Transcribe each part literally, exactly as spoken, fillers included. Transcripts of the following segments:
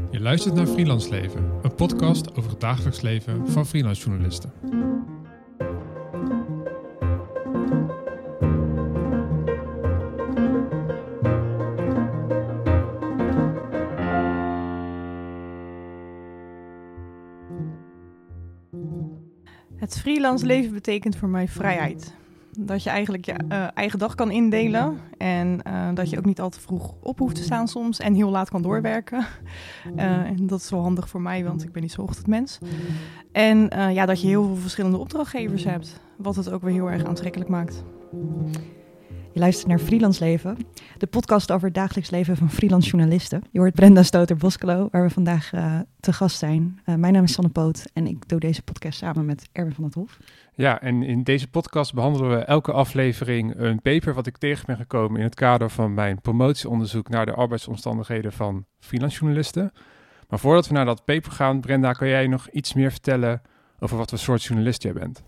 Je luistert naar Freelance Leven, een podcast over het dagelijks leven van freelance journalisten. Het freelance leven betekent voor mij vrijheid. Dat je eigenlijk je uh, eigen dag kan indelen en uh, dat je ook niet al te vroeg op hoeft te staan soms en heel laat kan doorwerken. Uh, en dat is wel handig voor mij, want ik ben niet zo'n ochtendmens. En uh, ja, dat je heel veel verschillende opdrachtgevers hebt, wat het ook weer heel erg aantrekkelijk maakt. Je luistert naar Freelance Leven, de podcast over het dagelijks leven van freelance journalisten. Je hoort Brenda Stoter-Boskelo, waar we vandaag uh, te gast zijn. Uh, mijn naam is Sanne Poot en ik doe deze podcast samen met Erwin van het Hof. Ja, en in deze podcast behandelen we elke aflevering een paper wat ik tegen ben gekomen in het kader van mijn promotieonderzoek naar de arbeidsomstandigheden van freelance journalisten. Maar voordat we naar dat paper gaan, Brenda, kan jij nog iets meer vertellen over wat voor soort journalist jij bent?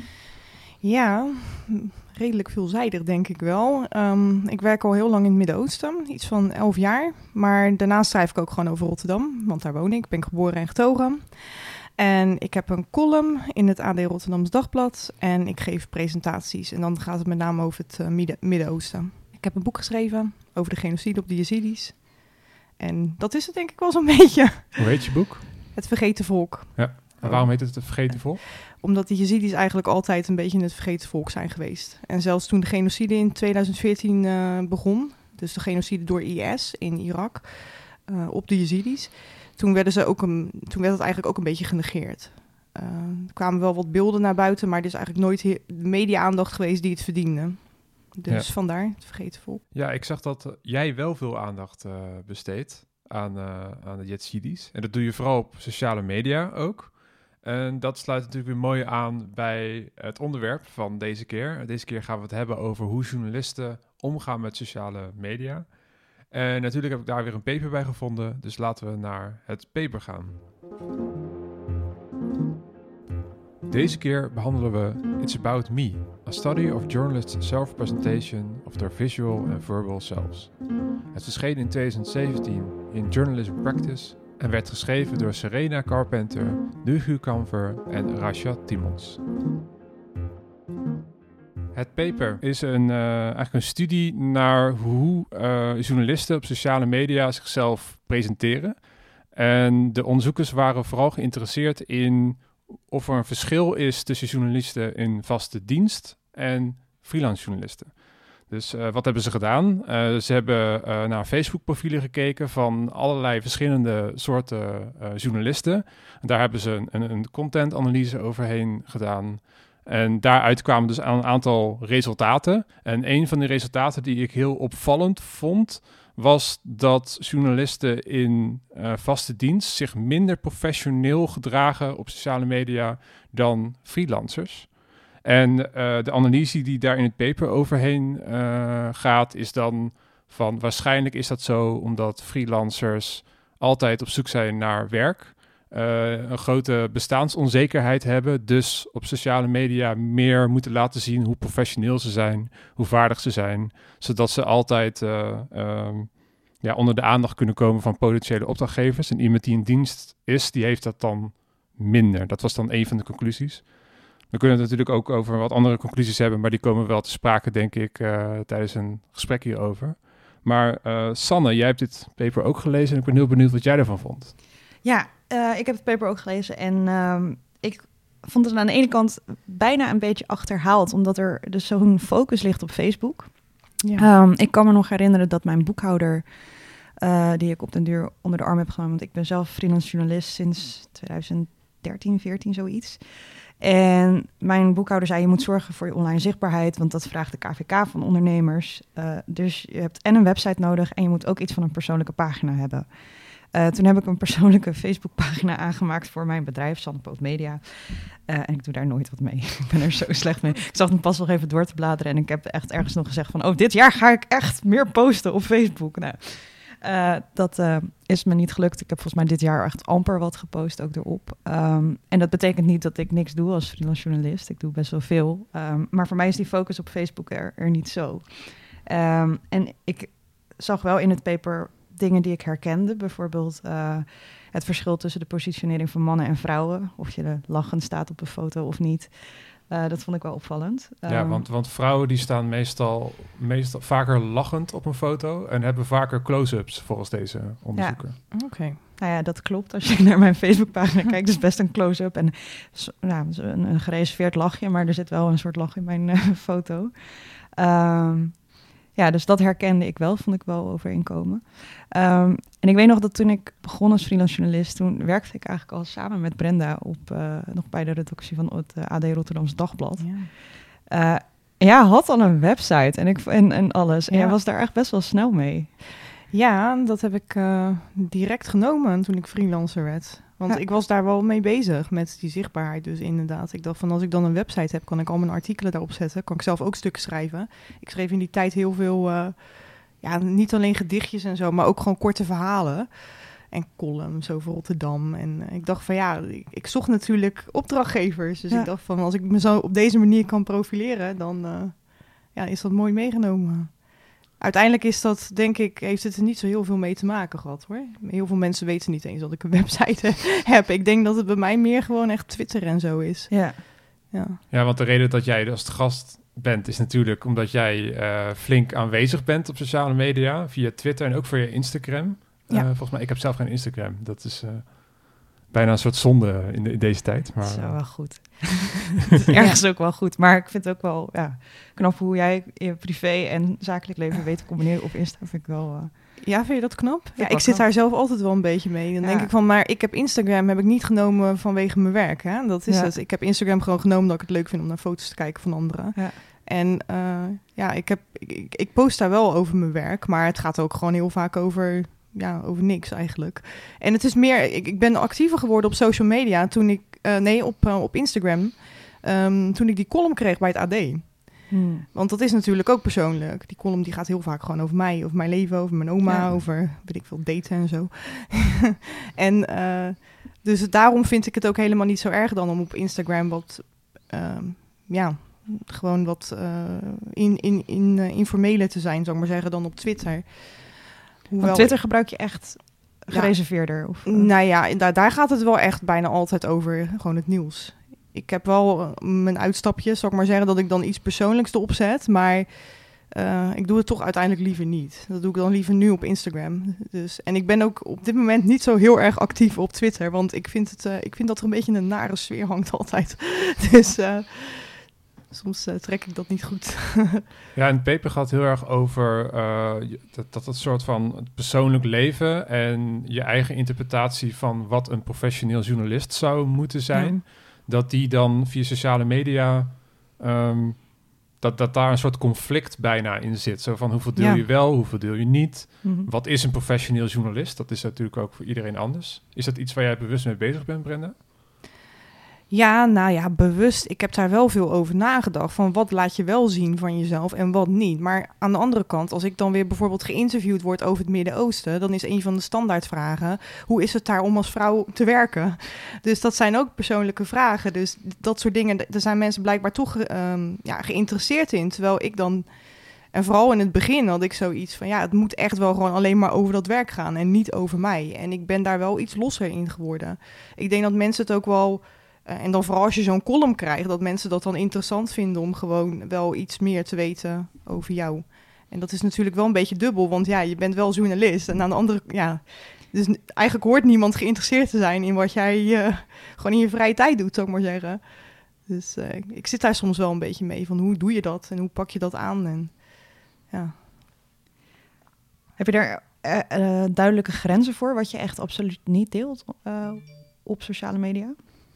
Ja, redelijk veelzijdig denk ik wel. Um, ik werk al heel lang in het Midden-Oosten, iets van elf jaar. Maar daarnaast schrijf ik ook gewoon over Rotterdam, want daar woon ik. Ik ben geboren en getogen. En ik heb een column in het A D Rotterdams Dagblad en ik geef presentaties. En dan gaat het met name over het uh, Midden- Midden-Oosten. Ik heb een boek geschreven over de genocide op de Jezidis. En dat is het denk ik wel zo'n beetje. Hoe heet je boek? Het Vergeten Volk. Ja. En waarom heet het het Vergeten Volk? Omdat de Jezidis eigenlijk altijd een beetje het vergeten volk zijn geweest. En zelfs toen de genocide in tweeduizend veertien uh, begon, dus de genocide door I S in Irak, uh, op de Jezidis, toen, werden ze ook een, toen werd het eigenlijk ook een beetje genegeerd. Uh, er kwamen wel wat beelden naar buiten, maar er is eigenlijk nooit he- media-aandacht geweest die het verdiende. Dus ja. Vandaar het vergeten volk. Ja, ik zag dat uh, jij wel veel aandacht uh, besteedt aan, uh, aan de Jezidis. En dat doe je vooral op sociale media ook. En dat sluit natuurlijk weer mooi aan bij het onderwerp van deze keer. Deze keer gaan we het hebben over hoe journalisten omgaan met sociale media. En natuurlijk heb ik daar weer een paper bij gevonden, dus laten we naar het paper gaan. Deze keer behandelen we It's About Me, a study of journalists' self-presentation of their visual and verbal selves. Het verscheen in tweeduizend zeventien in Journalism Practice en werd geschreven door Serena Carpenter, Nugu Kanver en Rashad Timons. Het paper is een, uh, eigenlijk een studie naar hoe uh, journalisten op sociale media zichzelf presenteren. En de onderzoekers waren vooral geïnteresseerd in of er een verschil is tussen journalisten in vaste dienst en freelance journalisten. Dus uh, wat hebben ze gedaan? Uh, ze hebben uh, naar Facebook-profielen gekeken van allerlei verschillende soorten uh, journalisten. En daar hebben ze een, een content-analyse overheen gedaan. En daaruit kwamen dus een aantal resultaten. En een van de resultaten die ik heel opvallend vond, was dat journalisten in uh, vaste dienst zich minder professioneel gedragen op sociale media dan freelancers. En uh, de analyse die daar in het paper overheen uh, gaat, is dan van waarschijnlijk is dat zo omdat freelancers altijd op zoek zijn naar werk, uh, een grote bestaansonzekerheid hebben, dus op sociale media meer moeten laten zien hoe professioneel ze zijn, hoe vaardig ze zijn, zodat ze altijd uh, um, ja, onder de aandacht kunnen komen van potentiële opdrachtgevers. En iemand die in dienst is, die heeft dat dan minder. Dat was dan een van de conclusies. We kunnen het natuurlijk ook over wat andere conclusies hebben, maar die komen wel te sprake, denk ik, uh, tijdens een gesprek hierover. Maar uh, Sanne, jij hebt dit paper ook gelezen en ik ben heel benieuwd wat jij ervan vond. Ja, uh, ik heb het paper ook gelezen en uh, ik vond het aan de ene kant bijna een beetje achterhaald, omdat er dus zo'n focus ligt op Facebook. Ja. Um, ik kan me nog herinneren dat mijn boekhouder, uh, die ik op den duur onder de arm heb genomen, want ik ben zelf freelance journalist sinds tweeduizend dertien, veertien, zoiets. En mijn boekhouder zei, je moet zorgen voor je online zichtbaarheid, want dat vraagt de K V K van ondernemers. Uh, dus je hebt en een website nodig en je moet ook iets van een persoonlijke pagina hebben. Uh, toen heb ik een persoonlijke Facebookpagina aangemaakt voor mijn bedrijf, Sanne Poot Media. Uh, en ik doe daar nooit wat mee. Ik ben er zo slecht mee. Ik zag hem pas nog even door te bladeren en ik heb echt ergens nog gezegd van, oh, dit jaar ga ik echt meer posten op Facebook. Nou, uh, dat uh, is me niet gelukt. Ik heb volgens mij dit jaar echt amper wat gepost ook erop. Um, en dat betekent niet dat ik niks doe als freelance journalist. Ik doe best wel veel. Um, maar voor mij is die focus op Facebook er, er niet zo. Um, en ik zag wel in het paper dingen die ik herkende. Bijvoorbeeld uh, het verschil tussen de positionering van mannen en vrouwen. Of je er lachend staat op een foto of niet. Uh, dat vond ik wel opvallend. Ja, um, want, want vrouwen die staan meestal, meestal vaker lachend op een foto en hebben vaker close-ups volgens deze onderzoeken. Ja. Oké. Okay. Nou ja, dat klopt. Als je naar mijn Facebookpagina kijkt, is best een close-up en so, nou, een, een gereserveerd lachje, maar er zit wel een soort lach in mijn uh, foto. Um, ja, dus dat herkende ik wel, vond ik wel overeenkomen. Um, en ik weet nog dat toen ik begon als freelance journalist, toen werkte ik eigenlijk al samen met Brenda op uh, nog bij de redactie van het uh, A D Rotterdamse Dagblad. Ja, uh, ja had al een website en, ik, en, en alles. En ja. jij was daar echt best wel snel mee. Ja, dat heb ik uh, direct genomen toen ik freelancer werd. Want ja. ik was daar wel mee bezig met die zichtbaarheid dus inderdaad. Ik dacht van als ik dan een website heb, kan ik al mijn artikelen daarop zetten. Kan ik zelf ook stukken schrijven. Ik schreef in die tijd heel veel, uh, ja, niet alleen gedichtjes en zo, maar ook gewoon korte verhalen. En columns over Rotterdam. En uh, ik dacht van ja, ik, ik zocht natuurlijk opdrachtgevers. Dus ja. ik dacht van als ik me zo op deze manier kan profileren, dan uh, ja, is dat mooi meegenomen. Uiteindelijk is dat, denk ik, heeft het er niet zo heel veel mee te maken gehad, hoor. Heel veel mensen weten niet eens dat ik een website heb. Ik denk dat het bij mij meer gewoon echt Twitter en zo is. Ja, ja. ja want de reden dat jij als gast bent is natuurlijk omdat jij uh, flink aanwezig bent op sociale media, via Twitter en ook via Instagram. Ja. Uh, volgens mij, ik heb zelf geen Instagram. Dat is uh, bijna een soort zonde in, de, in deze tijd. Maar, dat is wel goed. Het is ergens ook wel goed. Maar ik vind het ook wel ja, knap hoe jij je privé en zakelijk leven weet te combineren op Insta. Vind ik wel... Uh, ja, vind je dat knap? Ja, ik zit knap. daar zelf altijd wel een beetje mee. Dan ja. denk ik van, maar ik heb Instagram heb ik niet genomen vanwege mijn werk. Hè? Dat is ja. het. Ik heb Instagram gewoon genomen dat ik het leuk vind om naar foto's te kijken van anderen. Ja. En uh, ja, ik, heb, ik, ik post daar wel over mijn werk, maar het gaat ook gewoon heel vaak over... Ja, over niks eigenlijk. En het is meer... Ik, ik ben actiever geworden op social media toen ik... Uh, nee, op, uh, op Instagram. Um, toen ik die column kreeg bij het A D. Hmm. Want dat is natuurlijk ook persoonlijk. Die column die gaat heel vaak gewoon over mij, over mijn leven, over mijn oma, ja. over, weet ik veel, daten en zo. en uh, dus daarom vind ik het ook helemaal niet zo erg dan om op Instagram wat... Uh, ja, gewoon wat uh, in, in, in, uh, informeler te zijn, zou ik maar zeggen, dan op Twitter. Hoewel Twitter ik, gebruik je echt gereserveerder? Ja, of, uh... Nou ja, daar, daar gaat het wel echt bijna altijd over gewoon het nieuws. Ik heb wel uh, mijn uitstapjes, zal ik maar zeggen, dat ik dan iets persoonlijks erop zet. Maar uh, ik doe het toch uiteindelijk liever niet. Dat doe ik dan liever nu op Instagram. Dus, en ik ben ook op dit moment niet zo heel erg actief op Twitter. Want ik vind, het, uh, ik vind dat er een beetje een nare sfeer hangt altijd. Dus... Uh, Soms uh, trek ik dat niet goed. Ja, en het paper gaat heel erg over uh, dat, dat het soort van persoonlijk leven en je eigen interpretatie van wat een professioneel journalist zou moeten zijn, ja. dat die dan via sociale media, um, dat, dat daar een soort conflict bijna in zit. Zo van hoeveel deel ja. je wel, hoeveel deel je niet. Mm-hmm. Wat is een professioneel journalist? Dat is natuurlijk ook voor iedereen anders. Is dat iets waar jij bewust mee bezig bent, Brenda? Ja, nou ja, bewust. Ik heb daar wel veel over nagedacht. Van wat laat je wel zien van jezelf en wat niet. Maar aan de andere kant, als ik dan weer bijvoorbeeld geïnterviewd word over het Midden-Oosten, dan is een van de standaardvragen, hoe is het daar om als vrouw te werken? Dus dat zijn ook persoonlijke vragen. Dus dat soort dingen, daar zijn mensen blijkbaar toch um, ja, geïnteresseerd in. Terwijl ik dan, en vooral in het begin had ik zoiets van, ja, het moet echt wel gewoon alleen maar over dat werk gaan en niet over mij. En ik ben daar wel iets losser in geworden. Ik denk dat mensen het ook wel... Uh, en dan vooral als je zo'n column krijgt, dat mensen dat dan interessant vinden om gewoon wel iets meer te weten over jou. En dat is natuurlijk wel een beetje dubbel, want ja, je bent wel journalist. En aan de andere, ja, dus eigenlijk hoort niemand geïnteresseerd te zijn in wat jij uh, gewoon in je vrije tijd doet, zou ik maar zeggen. Dus uh, ik zit daar soms wel een beetje mee van hoe doe je dat en hoe pak je dat aan? En, ja. Heb je daar uh, uh, duidelijke grenzen voor wat je echt absoluut niet deelt uh, op sociale media?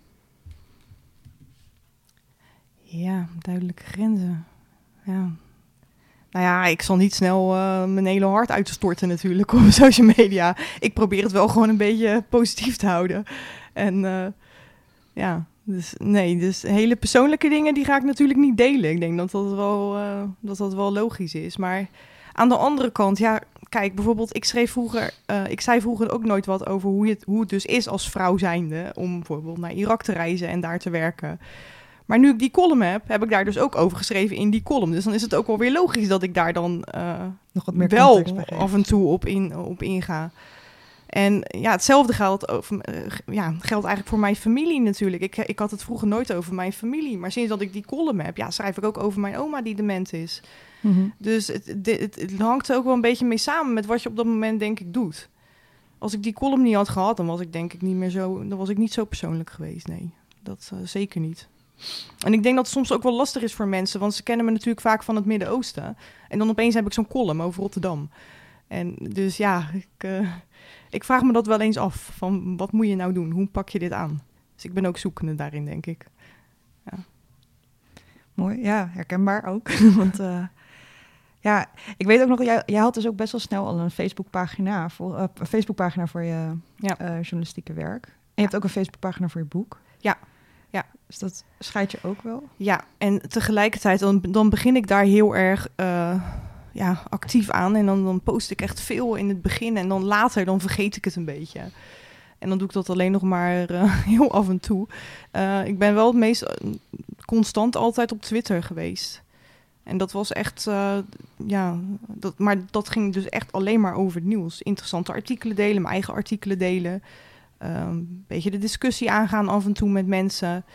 Ja, duidelijke grenzen. Ja. Nou ja, ik zal niet snel uh, mijn hele hart uitstorten natuurlijk op social media. Ik probeer het wel gewoon een beetje positief te houden. En uh, ja, dus nee, dus hele persoonlijke dingen die ga ik natuurlijk niet delen. Ik denk dat dat wel, uh, dat dat wel logisch is. Maar aan de andere kant, ja, kijk, bijvoorbeeld, ik schreef vroeger, uh, ik zei vroeger ook nooit wat over hoe het, hoe het dus is als vrouw zijnde om bijvoorbeeld naar Irak te reizen en daar te werken. Maar nu ik die column heb, heb ik daar dus ook over geschreven in die column. Dus dan is het ook wel weer logisch dat ik daar dan uh, nog wat meer wel af en toe op, in, op inga. En ja, hetzelfde geldt, over, uh, ja, geldt eigenlijk voor mijn familie natuurlijk. Ik, ik had het vroeger nooit over mijn familie. Maar sinds dat ik die column heb, ja, schrijf ik ook over mijn oma die dement is. Mm-hmm. Dus het, het, het, het hangt ook wel een beetje mee samen met wat je op dat moment denk ik doet. Als ik die column niet had gehad, dan was ik denk ik niet meer zo, dan was ik niet zo persoonlijk geweest. Nee, dat uh, zeker niet. En ik denk dat het soms ook wel lastig is voor mensen, want ze kennen me natuurlijk vaak van het Midden-Oosten. En dan opeens heb ik zo'n column over Rotterdam. En dus ja, ik, uh, ik vraag me dat wel eens af, van wat moet je nou doen? Hoe pak je dit aan? Dus ik ben ook zoekende daarin, denk ik. Ja. Mooi, ja, herkenbaar ook. Want uh, ja, ik weet ook nog, jij, jij had dus ook best wel snel al een Facebookpagina voor, uh, een Facebookpagina voor je ja. uh, journalistieke werk. En je hebt ook een Facebookpagina voor je boek. Ja. Ja. Dus dat scheidt je ook wel? Ja, en tegelijkertijd dan, dan begin ik daar heel erg uh, ja, actief aan. En dan, dan post ik echt veel in het begin. En dan later, dan vergeet ik het een beetje. En dan doe ik dat alleen nog maar uh, heel af en toe. Uh, ik ben wel het meest uh, constant altijd op Twitter geweest. En dat was echt, uh, ja, dat, maar dat ging dus echt alleen maar over het nieuws. Interessante artikelen delen, mijn eigen artikelen delen. Een um, beetje de discussie aangaan af en toe met mensen.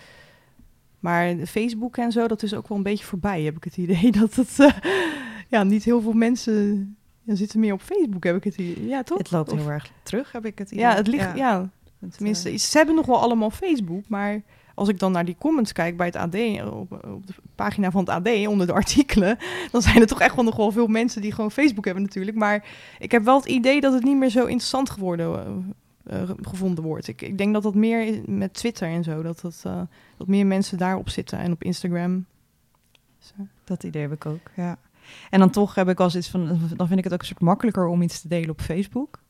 Maar de Facebook en zo, dat is ook wel een beetje voorbij, heb ik het idee. Dat het, uh, ja, niet heel veel mensen ja, zitten meer op Facebook, heb ik het idee. Ja, toch? Het loopt of, heel erg terug, heb ik het idee. Ja, het ligt, ja. ja het, tenminste, uh... ze hebben nog wel allemaal Facebook, maar als ik dan naar die comments kijk bij het A D, op, op de pagina van het A D, onder de artikelen, dan zijn er toch echt wel nog wel veel mensen die gewoon Facebook hebben natuurlijk. Maar ik heb wel het idee dat het niet meer zo interessant geworden uh, gevonden wordt. Ik, ik denk dat dat meer met Twitter en zo, dat, dat, uh, dat meer mensen daarop zitten en op Instagram. Dus, uh. Dat idee heb ik ook, ja. En dan toch heb ik wel zoiets van, dan vind ik het ook een soort makkelijker om iets te delen op Facebook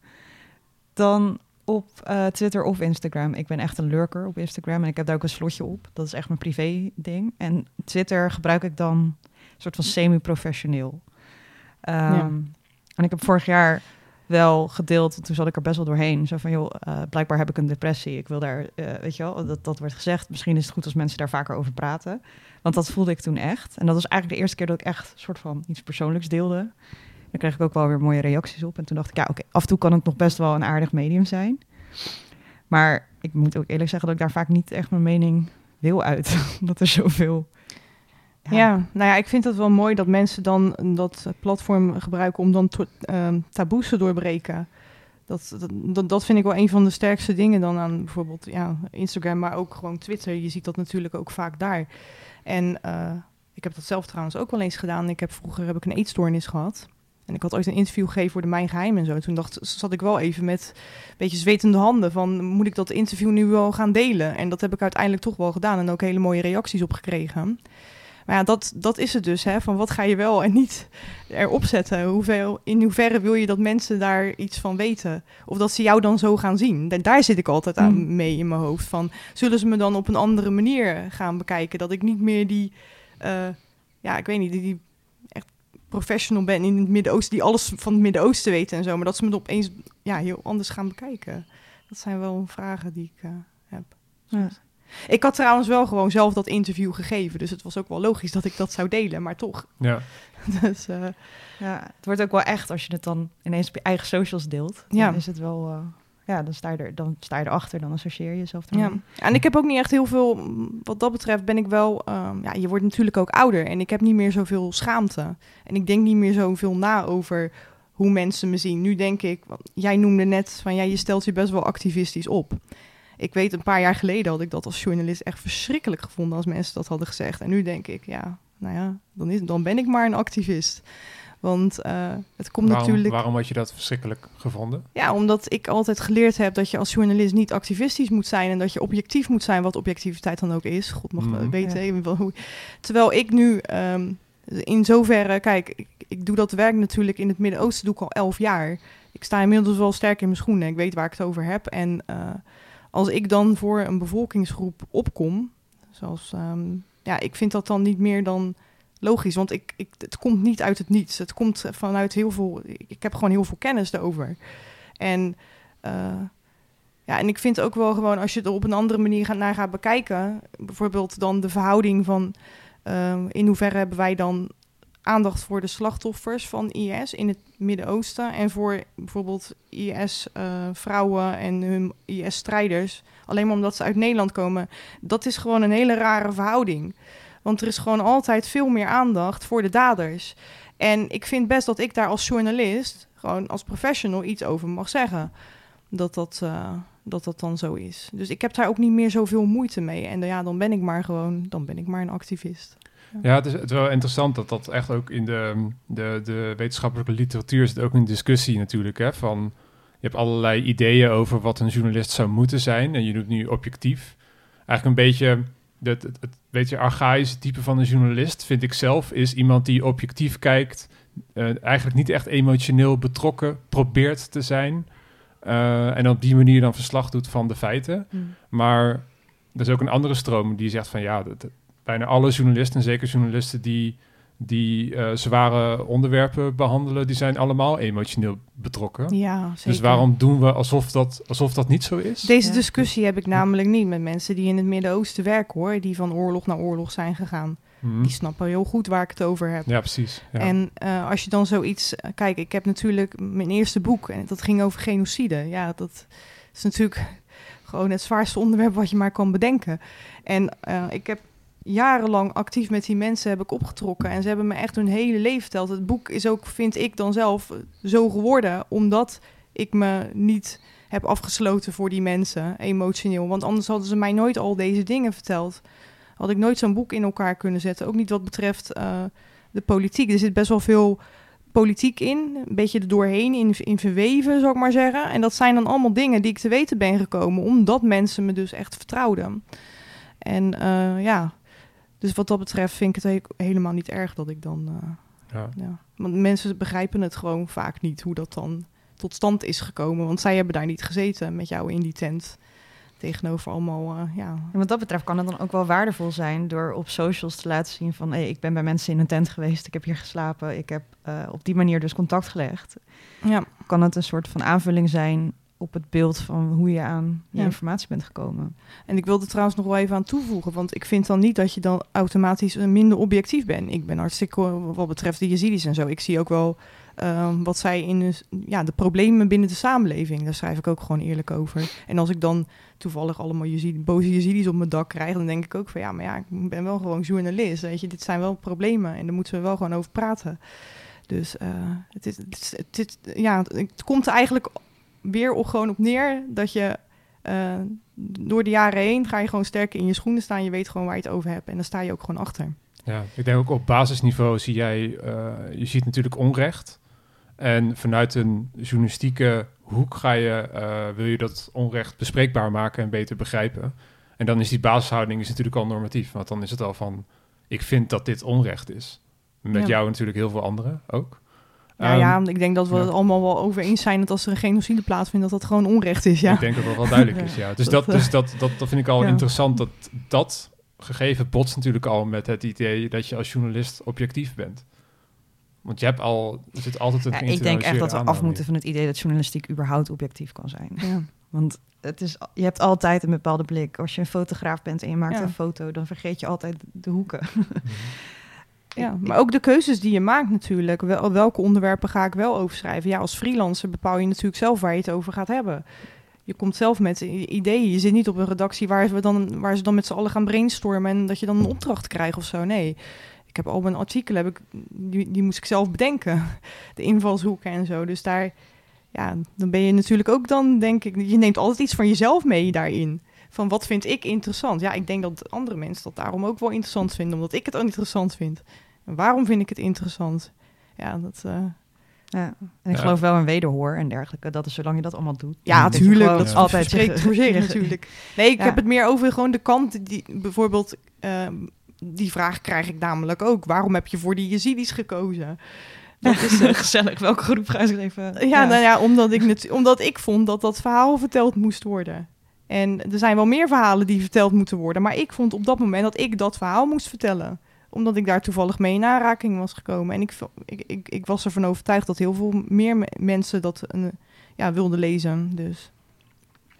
dan op uh, Twitter of Instagram. Ik ben echt een lurker op Instagram en ik heb daar ook een slotje op. Dat is echt mijn privé ding. En Twitter gebruik ik dan een soort van semi-professioneel. Um, ja. En ik heb vorig jaar wel gedeeld, toen zat ik er best wel doorheen. Zo van, joh, uh, blijkbaar heb ik een depressie. Ik wil daar, uh, weet je wel, dat, dat wordt gezegd. Misschien is het goed als mensen daar vaker over praten. Want dat voelde ik toen echt. En dat was eigenlijk de eerste keer dat ik echt een soort van iets persoonlijks deelde. Daar kreeg ik ook wel weer mooie reacties op. En toen dacht ik, ja, oké, okay, af en toe kan het nog best wel een aardig medium zijn. Maar ik moet ook eerlijk zeggen dat ik daar vaak niet echt mijn mening wil uit. Omdat er zoveel... Ja. ja, nou ja, ik vind het wel mooi dat mensen dan dat platform gebruiken om dan to- uh, taboes te doorbreken. Dat, dat, dat vind ik wel een van de sterkste dingen dan aan bijvoorbeeld ja, Instagram, maar ook gewoon Twitter. Je ziet dat natuurlijk ook vaak daar. En uh, ik heb dat zelf trouwens ook wel eens gedaan. Ik heb vroeger heb ik een eetstoornis gehad. En ik had ooit een interview gegeven voor de Mijn Geheim en zo. Toen dacht, zat ik wel even met een beetje zwetende handen van, moet ik dat interview nu wel gaan delen? En dat heb ik uiteindelijk toch wel gedaan en ook hele mooie reacties op gekregen. Maar ja, dat, dat is het dus, hè, van wat ga je wel en niet erop zetten? Hoeveel, in hoeverre wil je dat mensen daar iets van weten? Of dat ze jou dan zo gaan zien? En daar zit ik altijd aan mm. mee in mijn hoofd. Van, zullen ze me dan op een andere manier gaan bekijken? Dat ik niet meer die, uh, ja, ik weet niet, die, die echt professional ben in het Midden-Oosten, die alles van het Midden-Oosten weten en zo. Maar dat ze me opeens ja, heel anders gaan bekijken. Dat zijn wel vragen die ik uh, heb. Ja. Ik had trouwens wel gewoon zelf dat interview gegeven. Dus het was ook wel logisch dat ik dat zou delen. Maar toch. Ja. dus, uh, ja, het wordt ook wel echt als je het dan ineens op je eigen socials deelt. Dan ja. is het wel... Uh, ja, dan sta, je er, dan sta je erachter. Dan associeer je jezelf ermee. Ja. En ik heb ook niet echt heel veel... Wat dat betreft ben ik wel... Um, ja, je wordt natuurlijk ook ouder. En ik heb niet meer zoveel schaamte. En ik denk niet meer zoveel na over hoe mensen me zien. Nu denk ik... Jij noemde net van... Ja, je stelt je best wel activistisch op. Ik weet, een paar jaar geleden had ik dat als journalist echt verschrikkelijk gevonden als mensen dat hadden gezegd. En nu denk ik, ja, nou ja, dan, is, dan ben ik maar een activist. Want uh, het komt waarom, natuurlijk... Waarom had je dat verschrikkelijk gevonden? Ja, omdat ik altijd geleerd heb dat je als journalist niet activistisch moet zijn en dat je objectief moet zijn, wat objectiviteit dan ook is. God mag mm-hmm. weten. Ja. Wel hoe... Terwijl ik nu um, in zoverre, kijk, ik, ik doe dat werk natuurlijk in het Midden-Oosten doe ik al elf jaar. Ik sta inmiddels wel sterk in mijn schoenen. Ik weet waar ik het over heb en... Uh, Als ik dan voor een bevolkingsgroep opkom, zoals, um, ja, ik vind dat dan niet meer dan logisch. Want ik, ik, het komt niet uit het niets. Het komt vanuit heel veel, ik heb gewoon heel veel kennis daarover. En uh, Ja, en ik vind ook wel gewoon, als je er op een andere manier gaat, naar gaat bekijken, bijvoorbeeld dan de verhouding van uh, in hoeverre hebben wij dan aandacht voor de slachtoffers van I S in het Midden-Oosten en voor bijvoorbeeld I S-vrouwen uh, en hun I S-strijders, alleen maar omdat ze uit Nederland komen. Dat is gewoon een hele rare verhouding. Want er is gewoon altijd veel meer aandacht voor de daders. En ik vind best dat ik daar als journalist, gewoon als professional, iets over mag zeggen. Dat dat, uh, dat dat dan zo is. Dus ik heb daar ook niet meer zoveel moeite mee. En ja, dan ben ik maar gewoon, dan ben ik maar een activist. Ja, ja het, is, het is wel interessant dat dat echt ook in de, de, de wetenschappelijke literatuur zit ook een discussie natuurlijk. Hè, van, je hebt allerlei ideeën over wat een journalist zou moeten zijn. En je doet nu objectief. Eigenlijk een beetje, het, het, het beetje archaïsche type van een journalist, vind ik zelf, is iemand die objectief kijkt. Uh, eigenlijk niet echt emotioneel betrokken probeert te zijn. Uh, en op die manier dan verslag doet van de feiten. Mm. Maar er is ook een andere stroom die zegt van ja, dat, dat, bijna alle journalisten, zeker journalisten die, die uh, zware onderwerpen behandelen, die zijn allemaal emotioneel betrokken. Ja, zeker. Dus waarom doen we alsof dat, alsof dat niet zo is? Deze ja. discussie heb ik namelijk niet met mensen die in het Midden-Oosten werken, hoor, die van oorlog naar oorlog zijn gegaan. Hmm. Die snappen heel goed waar ik het over heb. Ja, precies. Ja. En uh, als je dan zoiets... Kijk, ik heb natuurlijk mijn eerste boek en dat ging over genocide. Ja, dat is natuurlijk gewoon het zwaarste onderwerp wat je maar kan bedenken. En uh, ik heb jarenlang actief met die mensen heb ik opgetrokken en ze hebben me echt hun hele leven verteld. Het boek is ook, vind ik dan zelf, zo geworden omdat ik me niet heb afgesloten voor die mensen, emotioneel. Want anders hadden ze mij nooit al deze dingen verteld. Had ik nooit zo'n boek in elkaar kunnen zetten. Ook niet wat betreft uh, de politiek. Er zit best wel veel politiek in. Een beetje er doorheen in, in verweven, zou ik maar zeggen. En dat zijn dan allemaal dingen die ik te weten ben gekomen, omdat mensen me dus echt vertrouwden. En uh, ja, dus wat dat betreft vind ik het he- helemaal niet erg dat ik dan... Uh, ja. Ja. Want mensen begrijpen het gewoon vaak niet, hoe dat dan tot stand is gekomen. Want zij hebben daar niet gezeten met jou in die tent. Tegenover allemaal, uh, ja. En wat dat betreft kan het dan ook wel waardevol zijn door op socials te laten zien van, hey, ik ben bij mensen in een tent geweest, ik heb hier geslapen, ik heb uh, op die manier dus contact gelegd. Ja. Kan het een soort van aanvulling zijn op het beeld van hoe je aan je ja. informatie bent gekomen. En ik wilde trouwens nog wel even aan toevoegen, want ik vind dan niet dat je dan automatisch minder objectief bent. Ik ben hartstikke, wat betreft de Jezidis en zo, ik zie ook wel uh, wat zij in de, ja, de problemen binnen de samenleving, daar schrijf ik ook gewoon eerlijk over. En als ik dan toevallig allemaal Jezidi, boze Jezidis op mijn dak krijg, dan denk ik ook van ja, maar ja, ik ben wel gewoon journalist, weet je, dit zijn wel problemen en daar moeten we wel gewoon over praten. Dus uh, het, is, het, is, het, is, ja, het komt er eigenlijk weer op, gewoon op neer dat je uh, door de jaren heen ga je gewoon sterker in je schoenen staan, je weet gewoon waar je het over hebt en dan sta je ook gewoon achter. Ja, ik denk ook op basisniveau zie jij, uh, je ziet natuurlijk onrecht en vanuit een journalistieke hoek ga je, uh, wil je dat onrecht bespreekbaar maken en beter begrijpen. En dan is die basishouding is natuurlijk al normatief, want dan is het al van, ik vind dat dit onrecht is. Met ja. jou natuurlijk heel veel anderen ook. Ja, um, ja, ik denk dat we ja. het allemaal wel over eens zijn dat als er een genocide plaatsvindt, dat dat gewoon onrecht is, ja. Ik denk dat dat wel duidelijk is, ja. Dus dat, dat, dus dat, dat, dat vind ik al ja. interessant, dat dat gegeven botst natuurlijk al met het idee dat je als journalist objectief bent. Want je hebt al, er zit altijd een ja, ik denk echt dat we af moeten van het idee dat journalistiek überhaupt objectief kan zijn. Ja. Want het is, je hebt altijd een bepaalde blik. Als je een fotograaf bent en je maakt ja. een foto, dan vergeet je altijd de hoeken. Ja, maar ook de keuzes die je maakt natuurlijk. Wel, welke onderwerpen ga ik wel over schrijven? Ja, als freelancer bepaal je natuurlijk zelf waar je het over gaat hebben. Je komt zelf met ideeën. Je zit niet op een redactie waar, we dan, waar ze dan met z'n allen gaan brainstormen en dat je dan een opdracht krijgt of zo. Nee, ik heb al mijn artikelen, heb ik, die, die moest ik zelf bedenken. De invalshoeken en zo. Dus daar, ja, dan ben je natuurlijk ook dan, denk ik, je neemt altijd iets van jezelf mee daarin. Van wat vind ik interessant? Ja, ik denk dat andere mensen dat daarom ook wel interessant vinden, omdat ik het ook interessant vind. En waarom vind ik het interessant? Ja, dat... Uh... Ja, en ik ja. geloof wel in wederhoor en dergelijke. Dat is zolang je dat allemaal doet. Ja, natuurlijk. Dat is ja. altijd spreekt voor zich natuurlijk. Nee, ik ja. heb het meer over gewoon de kant die bijvoorbeeld... Uh, die vraag krijg ik namelijk ook. Waarom heb je voor die Jezidis gekozen? Dat is uh, gezellig. Welke groep ga ik even... Ja, ja. Nou ja, omdat ik, net, omdat ik vond dat dat verhaal verteld moest worden. En er zijn wel meer verhalen die verteld moeten worden. Maar ik vond op dat moment dat ik dat verhaal moest vertellen. Omdat ik daar toevallig mee in aanraking was gekomen. En ik, ik, ik, ik was ervan overtuigd dat heel veel meer me- mensen dat uh, ja, wilden lezen. Dus.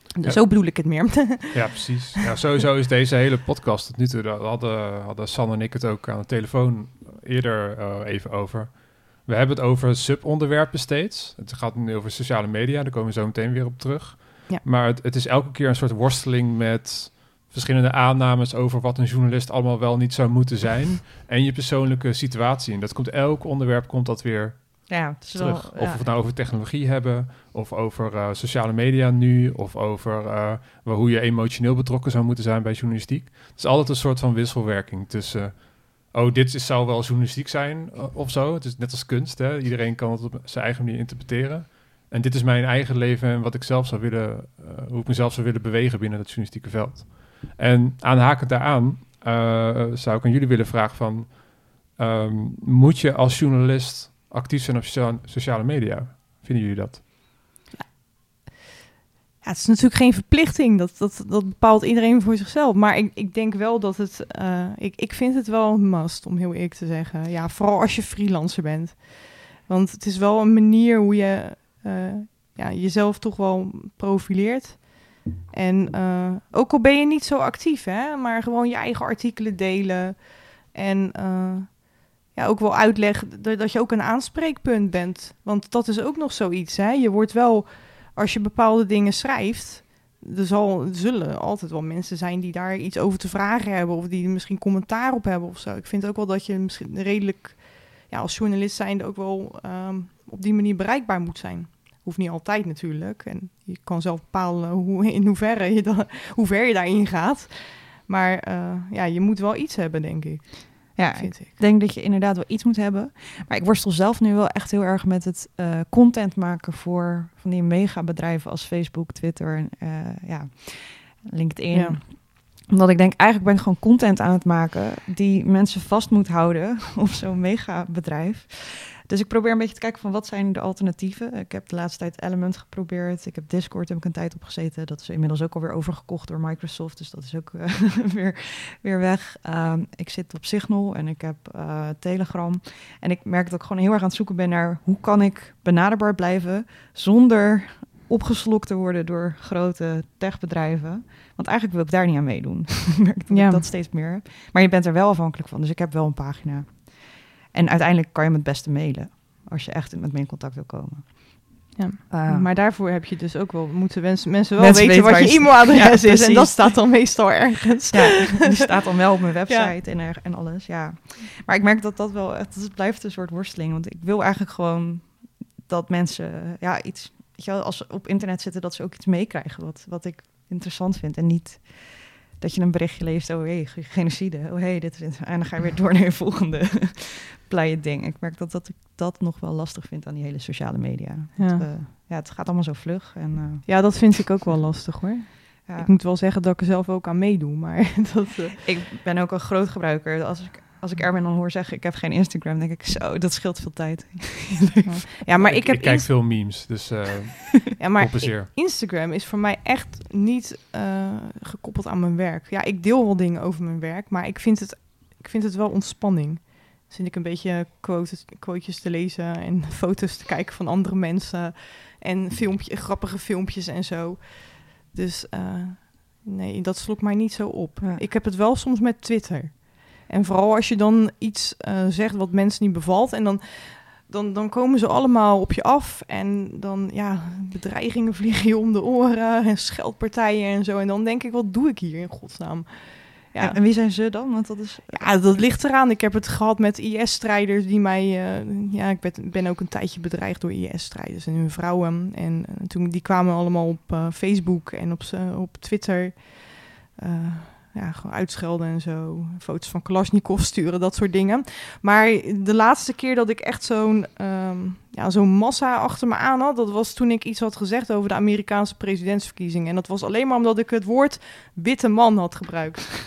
Dus Ja. zo bedoel ik het meer. Ja, precies. Ja, sowieso is deze hele podcast tot nu toe, daar hadden, hadden Sanne en ik het ook aan de telefoon eerder uh, even over. We hebben het over subonderwerpen steeds. Het gaat nu over sociale media, daar komen we zo meteen weer op terug. Ja. Maar het, het is elke keer een soort worsteling met verschillende aannames over wat een journalist allemaal wel niet zou moeten zijn. En je persoonlijke situatie. En dat komt elk onderwerp komt dat weer Ja, het is terug. wel, Of ja. we het nou over technologie hebben, of over uh, sociale media nu, of over uh, wel hoe je emotioneel betrokken zou moeten zijn bij journalistiek. Het is altijd een soort van wisselwerking tussen, uh, oh, dit is, zou wel journalistiek zijn uh, of zo. Het is net als kunst, hè? Iedereen kan het op zijn eigen manier interpreteren. En dit is mijn eigen leven en wat ik zelf zou willen, uh, hoe ik mezelf zou willen bewegen binnen het journalistieke veld. En aanhakend daaraan uh, zou ik aan jullie willen vragen van, um, moet je als journalist actief zijn op socia- sociale media? Vinden jullie dat? Ja, het is natuurlijk geen verplichting. Dat, dat, dat bepaalt iedereen voor zichzelf. Maar ik, ik denk wel dat het... Uh, ik, ik vind het wel een must, om heel eerlijk te zeggen. Ja, vooral als je freelancer bent. Want het is wel een manier hoe je uh, ja, jezelf toch wel profileert. En uh, ook al ben je niet zo actief, hè, maar gewoon je eigen artikelen delen. En uh, ja, ook wel uitleggen dat, dat je ook een aanspreekpunt bent. Want dat is ook nog zoiets, hè. Je wordt wel... Als je bepaalde dingen schrijft, er, zal, er zullen altijd wel mensen zijn die daar iets over te vragen hebben of die er misschien commentaar op hebben of zo. Ik vind ook wel dat je misschien redelijk, ja, als journalist zijnde ook wel um, op die manier bereikbaar moet zijn. Hoeft niet altijd natuurlijk. En je kan zelf bepalen hoe, in hoeverre je, da, hoe ver je daarin gaat. Maar uh, ja, je moet wel iets hebben, denk ik. Ja, vind ik ik. denk dat je inderdaad wel iets moet hebben. Maar ik worstel zelf nu wel echt heel erg met het uh, content maken voor van die megabedrijven als Facebook, Twitter en uh, ja, LinkedIn. Ja. Omdat ik denk, eigenlijk ben ik gewoon content aan het maken die mensen vast moet houden op zo'n megabedrijf. Dus ik probeer een beetje te kijken van wat zijn de alternatieven. Ik heb de laatste tijd Element geprobeerd. Ik heb Discord heb ik een tijd op gezeten. Dat is inmiddels ook alweer overgekocht door Microsoft. Dus dat is ook uh, weer, weer weg. Um, ik zit op Signal en ik heb uh, Telegram. En ik merk dat ik gewoon heel erg aan het zoeken ben naar hoe kan ik benaderbaar blijven zonder opgeslokt te worden door grote techbedrijven. Want eigenlijk wil ik daar niet aan meedoen. Ik merk dat Ja. ik dat steeds meer heb. Maar je bent er wel afhankelijk van. Dus ik heb wel een pagina. En uiteindelijk kan je me het beste mailen als je echt met me in contact wil komen. Ja. Uh, Maar daarvoor heb je dus ook wel, moeten mensen, mensen wel Mensen weten, weten wat je waar je- e-mailadres Ja, is. En dat precies. staat dan meestal ergens. ja, die staat dan wel op mijn website en, er, en alles. Ja. Maar ik merk dat dat wel echt, het blijft een soort worsteling. Want ik wil eigenlijk gewoon dat mensen ja, iets, weet je wel, als ze op internet zitten, dat ze ook iets meekrijgen wat, wat ik interessant vind. En niet dat je een berichtje leest, oh hé, hey, genocide, oh hé, hey, dit is het. En dan ga je weer door naar je volgende blije ding. Ik merk dat, dat ik dat nog wel lastig vind aan die hele sociale media. Ja. Want, uh, ja, het gaat allemaal zo vlug. En, uh, Ja, dat vind ik ook wel lastig hoor. ja. Ik moet wel zeggen dat ik er zelf ook aan meedoe, maar dat... Uh... Ik ben ook een groot gebruiker. Als ik, als ik Erwin dan hoor zeggen, ik heb geen Instagram, denk ik, zo, dat scheelt veel tijd. Ja, maar ik, ik, heb ik kijk Inst- veel memes, dus uh, ja, maar op een zeer. Instagram is voor mij echt niet uh, gekoppeld aan mijn werk. Ja, ik deel wel dingen over mijn werk, maar ik vind het, ik vind het wel ontspanning. Dus vind ik een beetje quotes, quotejes te lezen en foto's te kijken van andere mensen en filmpje, grappige filmpjes en zo. Dus uh, nee, dat slokt mij niet zo op. Ja. Ik heb het wel soms met Twitter. En vooral als je dan iets uh, zegt wat mensen niet bevalt en dan... Dan, dan komen ze allemaal op je af en dan, ja, bedreigingen vliegen je om de oren en scheldpartijen en zo. En dan denk ik, wat doe ik hier in godsnaam? Ja, Ja, en wie zijn ze dan? Want dat is... ja, dat ligt eraan. Ik heb het gehad met I S-strijders die mij... Uh, ja, ik ben, ben ook een tijdje bedreigd door I S-strijders en hun vrouwen. En uh, toen, die kwamen allemaal op uh, Facebook en op, uh, op Twitter... Uh, Ja, gewoon uitschelden en zo. Foto's van Kalashnikov sturen, dat soort dingen. Maar de laatste keer dat ik echt zo'n, um, ja, zo'n massa achter me aan had... dat was toen ik iets had gezegd over de Amerikaanse presidentsverkiezingen. En dat was alleen maar omdat ik het woord witte man had gebruikt.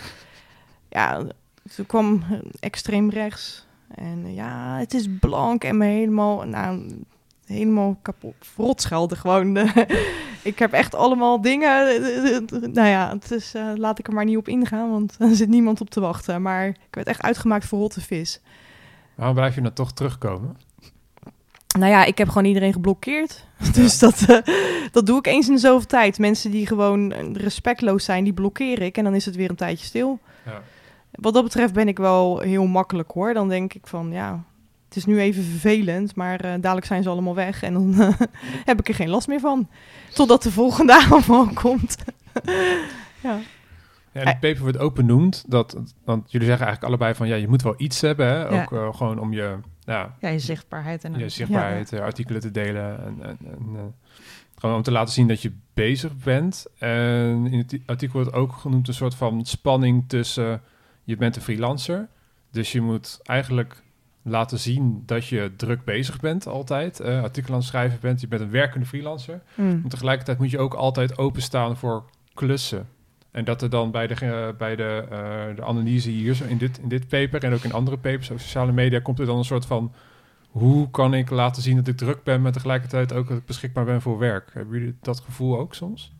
Ja, toen kwam extreem rechts. En ja, het is blank en me helemaal... Nou, helemaal kapot. Rot schelden gewoon. Ik heb echt allemaal dingen... Nou ja, het is, uh, laat ik er maar niet op ingaan, want er zit niemand op te wachten. Maar ik werd echt uitgemaakt voor rotte vis. Waarom blijf je dan toch terugkomen? Nou ja, ik heb gewoon iedereen geblokkeerd. Dus dat, uh, dat doe ik eens in de zoveel tijd. Mensen die gewoon respectloos zijn, die blokkeer ik. En dan is het weer een tijdje stil. Ja. Wat dat betreft ben ik wel heel makkelijk hoor. Dan denk ik van ja, het is nu even vervelend. Maar uh, dadelijk zijn ze allemaal weg. En dan uh, heb ik er geen last meer van. Totdat de volgende aanval komt. Ja. Ja, en het paper wordt ook benoemd. Dat, want jullie zeggen eigenlijk allebei van ja, je moet wel iets hebben. Hè? Ja. Ook uh, gewoon om je... Ja, ja, je zichtbaarheid. En je zichtbaarheid, ja. artikelen te delen. En, en, en uh, gewoon om te laten zien dat je bezig bent. En in het artikel wordt ook genoemd een soort van spanning tussen... Uh, je bent een freelancer. Dus je moet eigenlijk laten zien dat je druk bezig bent altijd. Uh, artikelen aan het schrijven bent. Je bent een werkende freelancer. Mm. Maar tegelijkertijd moet je ook altijd openstaan voor klussen. En dat er dan bij de, uh, bij de, uh, de analyse hier, zo in dit, in dit paper en ook in andere papers over sociale media, komt er dan een soort van, hoe kan ik laten zien dat ik druk ben, maar tegelijkertijd ook dat ik beschikbaar ben voor werk? Hebben jullie dat gevoel ook soms?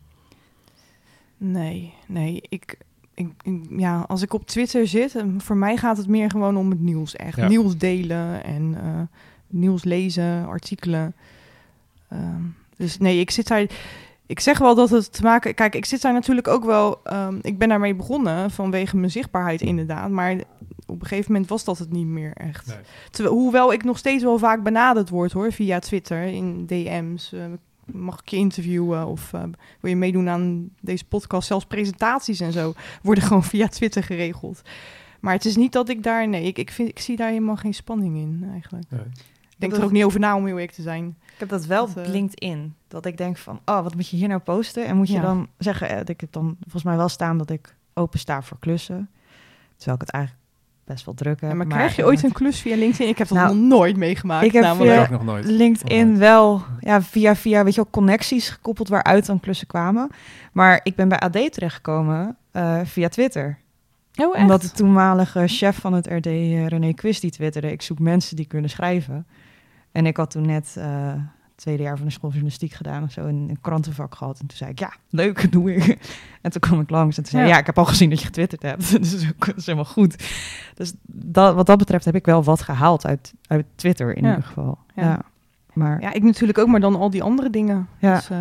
Nee, nee. Ik, ik, ik, ja, als ik op Twitter zit, voor mij gaat het meer gewoon om het nieuws. Echt ja. Nieuws delen en uh, nieuws lezen, artikelen. Uh, dus nee, ik zit daar... Ik zeg wel dat het te maken... Kijk, ik zit daar natuurlijk ook wel... Um, ik ben daarmee begonnen vanwege mijn zichtbaarheid inderdaad. Maar op een gegeven moment was dat het niet meer echt. Nee. Terwijl, hoewel ik nog steeds wel vaak benaderd word hoor, via Twitter, in D M's. Uh, mag ik je interviewen of uh, wil je meedoen aan deze podcast? Zelfs presentaties en zo worden gewoon via Twitter geregeld. Maar het is niet dat ik daar... Nee, ik, ik, vind, ik zie daar helemaal geen spanning in eigenlijk. Nee. Ik denk dat er ook niet over na om heel eerlijk te zijn. Ik heb dat wel op uh, LinkedIn. Dat ik denk van, oh, wat moet je hier nou posten? En moet je ja. dan zeggen, eh, ik heb dan volgens mij wel staan dat ik open sta voor klussen. Terwijl ik het eigenlijk best wel druk heb. Ja, maar, maar krijg je ooit een klus via LinkedIn? Ik heb dat nou, nog nooit meegemaakt. Ik heb namelijk. via nog nooit. LinkedIn oh, wel ja, via, via weet je wel, connecties gekoppeld waaruit dan klussen kwamen. Maar ik ben bij A D terechtgekomen uh, via Twitter. Oh, Omdat de toenmalige chef van het R D, uh, René Quist, die twitterde, ik zoek mensen die kunnen schrijven. En ik had toen net uh, het tweede jaar van de school journalistiek gedaan of zo, in een krantenvak gehad. En toen zei ik, ja, leuk, doe ik. En toen kwam ik langs en toen zei ja. ja, ik heb al gezien dat je getwitterd hebt. Dus dat is helemaal goed. Dus dat, wat dat betreft heb ik wel wat gehaald uit, uit Twitter in ja. ieder geval. Ja. Ja. Maar, ja, ik natuurlijk ook, maar dan al die andere dingen. Ja. Dus, uh,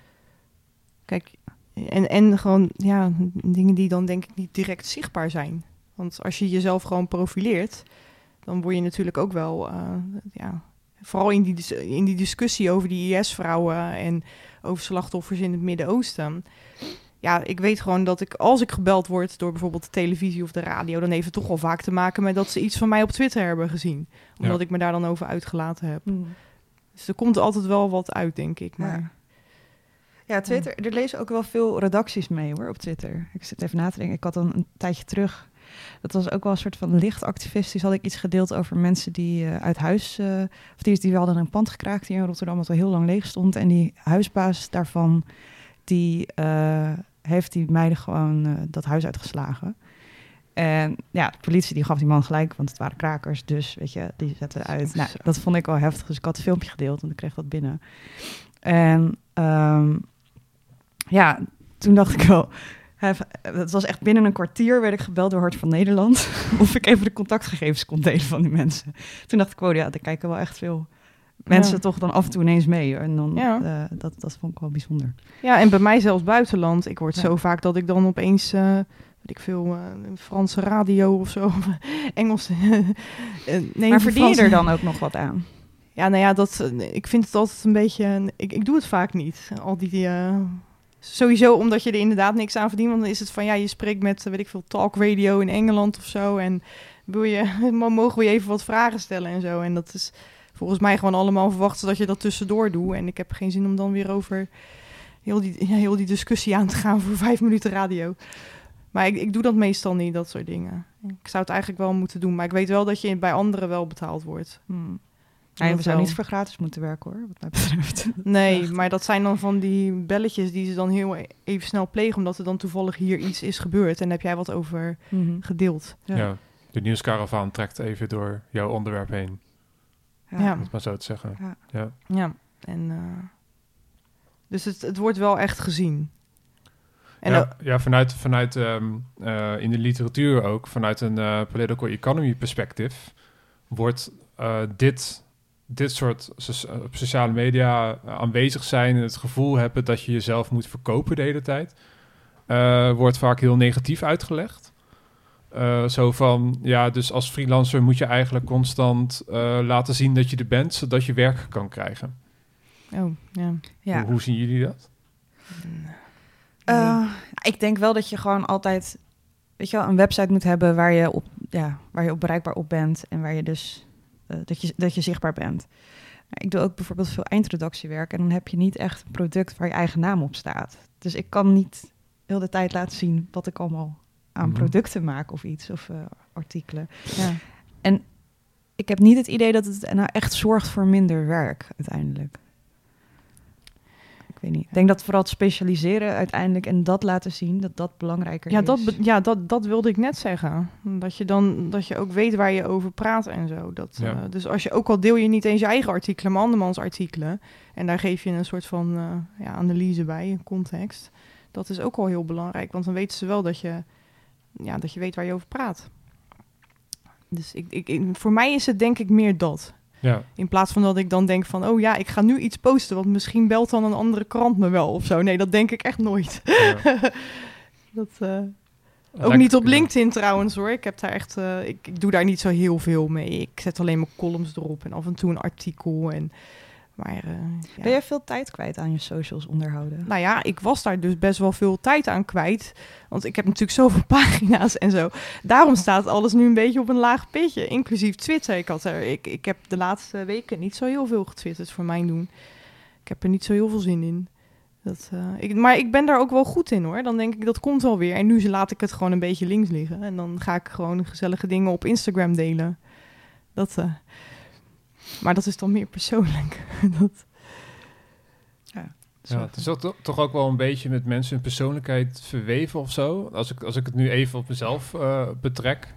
kijk, en, en gewoon, ja, dingen die dan denk ik niet direct zichtbaar zijn. Want als je jezelf gewoon profileert, dan word je natuurlijk ook wel, uh, ja... Vooral in die, in die discussie over die I S-vrouwen en over slachtoffers in het Midden-Oosten. Ja, ik weet gewoon dat ik, als ik gebeld word door bijvoorbeeld de televisie of de radio, dan heeft het toch wel vaak te maken met dat ze iets van mij op Twitter hebben gezien. Omdat ja. ik me daar dan over uitgelaten heb. Mm. Dus er komt altijd wel wat uit, denk ik. Maar... Ja. ja, Twitter, er lezen ook wel veel redacties mee hoor, op Twitter. Ik zit even na te denken. Ik had dan een tijdje terug... Dat was ook wel een soort van licht activistisch. Had ik iets gedeeld over mensen die uh, uit huis... Uh, of die, die hadden een pand gekraakt hier in Rotterdam... wat al heel lang leeg stond. En die huisbaas daarvan... die uh, heeft die meiden gewoon uh, dat huis uitgeslagen. En ja, de politie die gaf die man gelijk... want het waren krakers, dus weet je, die zetten uit. Nou, dat vond ik wel heftig. Dus ik had een filmpje gedeeld en ik kreeg dat binnen. En um, ja, toen dacht ik wel... Het was echt binnen een kwartier werd ik gebeld door Hart van Nederland... of ik even de contactgegevens kon delen van die mensen. Toen dacht ik, wow, ja, er kijken wel echt veel mensen ja. toch dan af en toe ineens mee. En dan, ja. uh, dat, dat vond ik wel bijzonder. Ja, en bij mij zelfs buitenland. Ik word ja. zo vaak dat ik dan opeens... Uh, weet ik veel, uh, Franse radio of zo, Engels. uh, nee, maar verdien je er dan ook nog wat aan? Ja, nou ja, dat, uh, ik vind het altijd een beetje... Ik, ik doe het vaak niet, al die... Uh, Sowieso omdat je er inderdaad niks aan verdient. Want dan is het van, ja, je spreekt met, weet ik veel, talk radio in Engeland of zo. En wil je, mogen we je even wat vragen stellen en zo. En dat is volgens mij gewoon allemaal verwacht dat je dat tussendoor doet. En ik heb geen zin om dan weer over heel die, ja, heel die discussie aan te gaan voor vijf minuten radio. Maar ik, ik doe dat meestal niet, dat soort dingen. Ik zou het eigenlijk wel moeten doen. Maar ik weet wel dat je bij anderen wel betaald wordt. Hmm. Nee, we zouden niet voor gratis moeten werken hoor, wat mij betreft. Nee, maar dat zijn dan van die belletjes die ze dan heel even snel plegen, omdat er dan toevallig hier iets is gebeurd. En daar heb jij wat over mm-hmm. gedeeld. Ja. ja, de nieuwskaravaan trekt even door jouw onderwerp heen. Ja. ja. Om het maar zo te zeggen. Ja, ja. ja. En, uh, dus het, het wordt wel echt gezien. En ja, uh, ja, vanuit, vanuit um, uh, in de literatuur ook, vanuit een uh, political economy perspectief, wordt uh, dit... dit soort so- op sociale media aanwezig zijn en het gevoel hebben dat je jezelf moet verkopen de hele tijd, uh, wordt vaak heel negatief uitgelegd. Uh, zo van, ja, dus als freelancer moet je eigenlijk constant uh, laten zien dat je er bent, zodat je werk kan krijgen. Oh, ja. ja. Hoe, hoe zien jullie dat? Uh, ik denk wel dat je gewoon altijd, weet je wel, een website moet hebben waar je op, ja, waar je op bereikbaar op bent en waar je dus uh, dat je dat je zichtbaar bent. Ik doe ook bijvoorbeeld veel eindredactiewerk en dan heb je niet echt een product waar je eigen naam op staat. Dus ik kan niet heel de tijd laten zien wat ik allemaal aan mm-hmm. producten maak of iets of uh, artikelen. Ja. En ik heb niet het idee dat het nou echt zorgt voor minder werk uiteindelijk. Ik weet niet. Ik denk dat vooral het specialiseren uiteindelijk en dat laten zien, dat dat belangrijker ja, is. Dat be- ja, dat, dat wilde ik net zeggen. Dat je dan dat je ook weet waar je over praat en zo. Dat, ja. uh, dus als je ook al deel je niet eens je eigen artikelen, maar andermans artikelen. En daar geef je een soort van uh, ja, analyse bij, een context. Dat is ook al heel belangrijk, want dan weten ze wel dat je, ja, dat je weet waar je over praat. Dus ik, ik, ik, voor mij is het denk ik meer dat. Ja. In plaats van dat ik dan denk van, oh ja, ik ga nu iets posten, want misschien belt dan een andere krant me wel of zo. Nee, dat denk ik echt nooit. Ja. dat, uh, ook niet op LinkedIn trouwens hoor. Ik heb daar echt, uh, ik, ik doe daar niet zo heel veel mee. Ik zet alleen mijn columns erop en af en toe een artikel. En, maar, uh, ja. Ben jij veel tijd kwijt aan je socials onderhouden? Nou ja, ik was daar dus best wel veel tijd aan kwijt. Want ik heb natuurlijk zoveel pagina's en zo. Daarom staat alles nu een beetje op een laag pitje. Inclusief Twitter. Ik, had er, ik, ik heb de laatste weken niet zo heel veel getwitterd voor mijn doen. Ik heb er niet zo heel veel zin in. Dat, uh, ik, maar ik ben daar ook wel goed in hoor. Dan denk ik, dat komt wel weer. En nu laat ik het gewoon een beetje links liggen. En dan ga ik gewoon gezellige dingen op Instagram delen. Dat... Uh, Maar dat is dan meer persoonlijk. dat... ja, ja, het is toch, toch ook wel een beetje met mensen hun persoonlijkheid verweven of zo. Als ik, als ik het nu even op mezelf uh, betrek.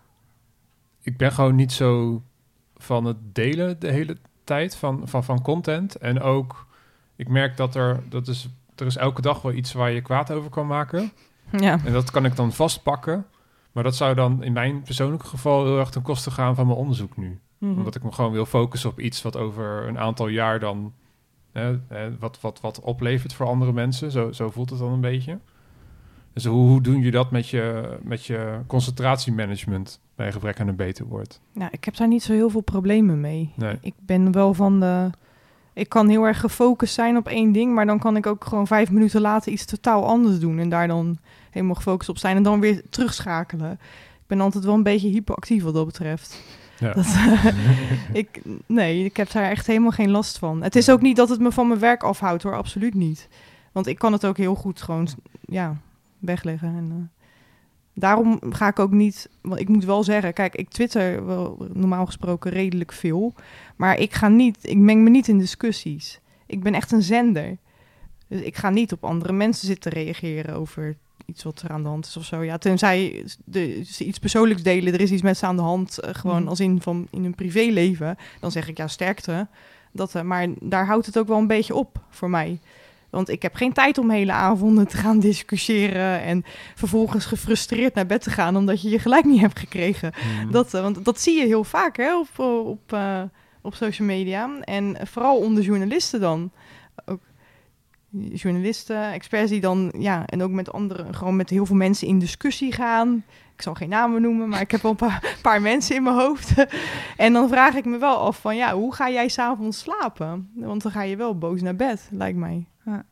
Ik ben gewoon niet zo van het delen de hele tijd van, van, van content. En ook, ik merk dat er, dat is, er is elke dag wel iets waar je kwaad over kan maken. Ja. En dat kan ik dan vastpakken. Maar dat zou dan in mijn persoonlijke geval heel erg ten koste gaan van mijn onderzoek nu. Mm-hmm. Omdat ik me gewoon wil focussen op iets wat over een aantal jaar dan hè, hè, wat, wat, wat oplevert voor andere mensen. Zo, zo voelt het dan een beetje. Dus hoe, hoe doen je dat met je, met je concentratiemanagement bij gebrek aan een beter woord? Nou, ik heb daar niet zo heel veel problemen mee. Nee. Ik ben wel van de... Ik kan heel erg gefocust zijn op één ding, maar dan kan ik ook gewoon vijf minuten later iets totaal anders doen. En daar dan helemaal gefocust op zijn en dan weer terugschakelen. Ik ben altijd wel een beetje hyperactief wat dat betreft. Ja. Dat, uh, ik, nee, ik heb daar echt helemaal geen last van. Het is ook niet dat het me van mijn werk afhoudt hoor, absoluut niet. Want ik kan het ook heel goed gewoon ja, wegleggen. En, uh, daarom ga ik ook niet... Want ik moet wel zeggen, kijk, ik twitter wel normaal gesproken redelijk veel. Maar ik ga niet... Ik meng me niet in discussies. Ik ben echt een zender. Dus ik ga niet op andere mensen zitten reageren over iets wat er aan de hand is of zo. Ja, tenzij de, ze iets persoonlijks delen, er is iets met ze aan de hand, uh, gewoon mm. als in van in hun privéleven, dan zeg ik ja, sterkte. Dat, uh, maar daar houdt het ook wel een beetje op voor mij. Want ik heb geen tijd om hele avonden te gaan discussiëren en vervolgens gefrustreerd naar bed te gaan omdat je je gelijk niet hebt gekregen. Mm. Dat, uh, want dat zie je heel vaak hè, op, op, uh, op social media. En vooral onder journalisten dan. Ook journalisten, experts die dan, ja, en ook met anderen, gewoon met heel veel mensen in discussie gaan. Ik zal geen namen noemen, maar ik heb al een paar, paar mensen in mijn hoofd. En dan vraag ik me wel af van, ja, hoe ga jij 's avonds slapen? Want dan ga je wel boos naar bed, lijkt mij. Ja,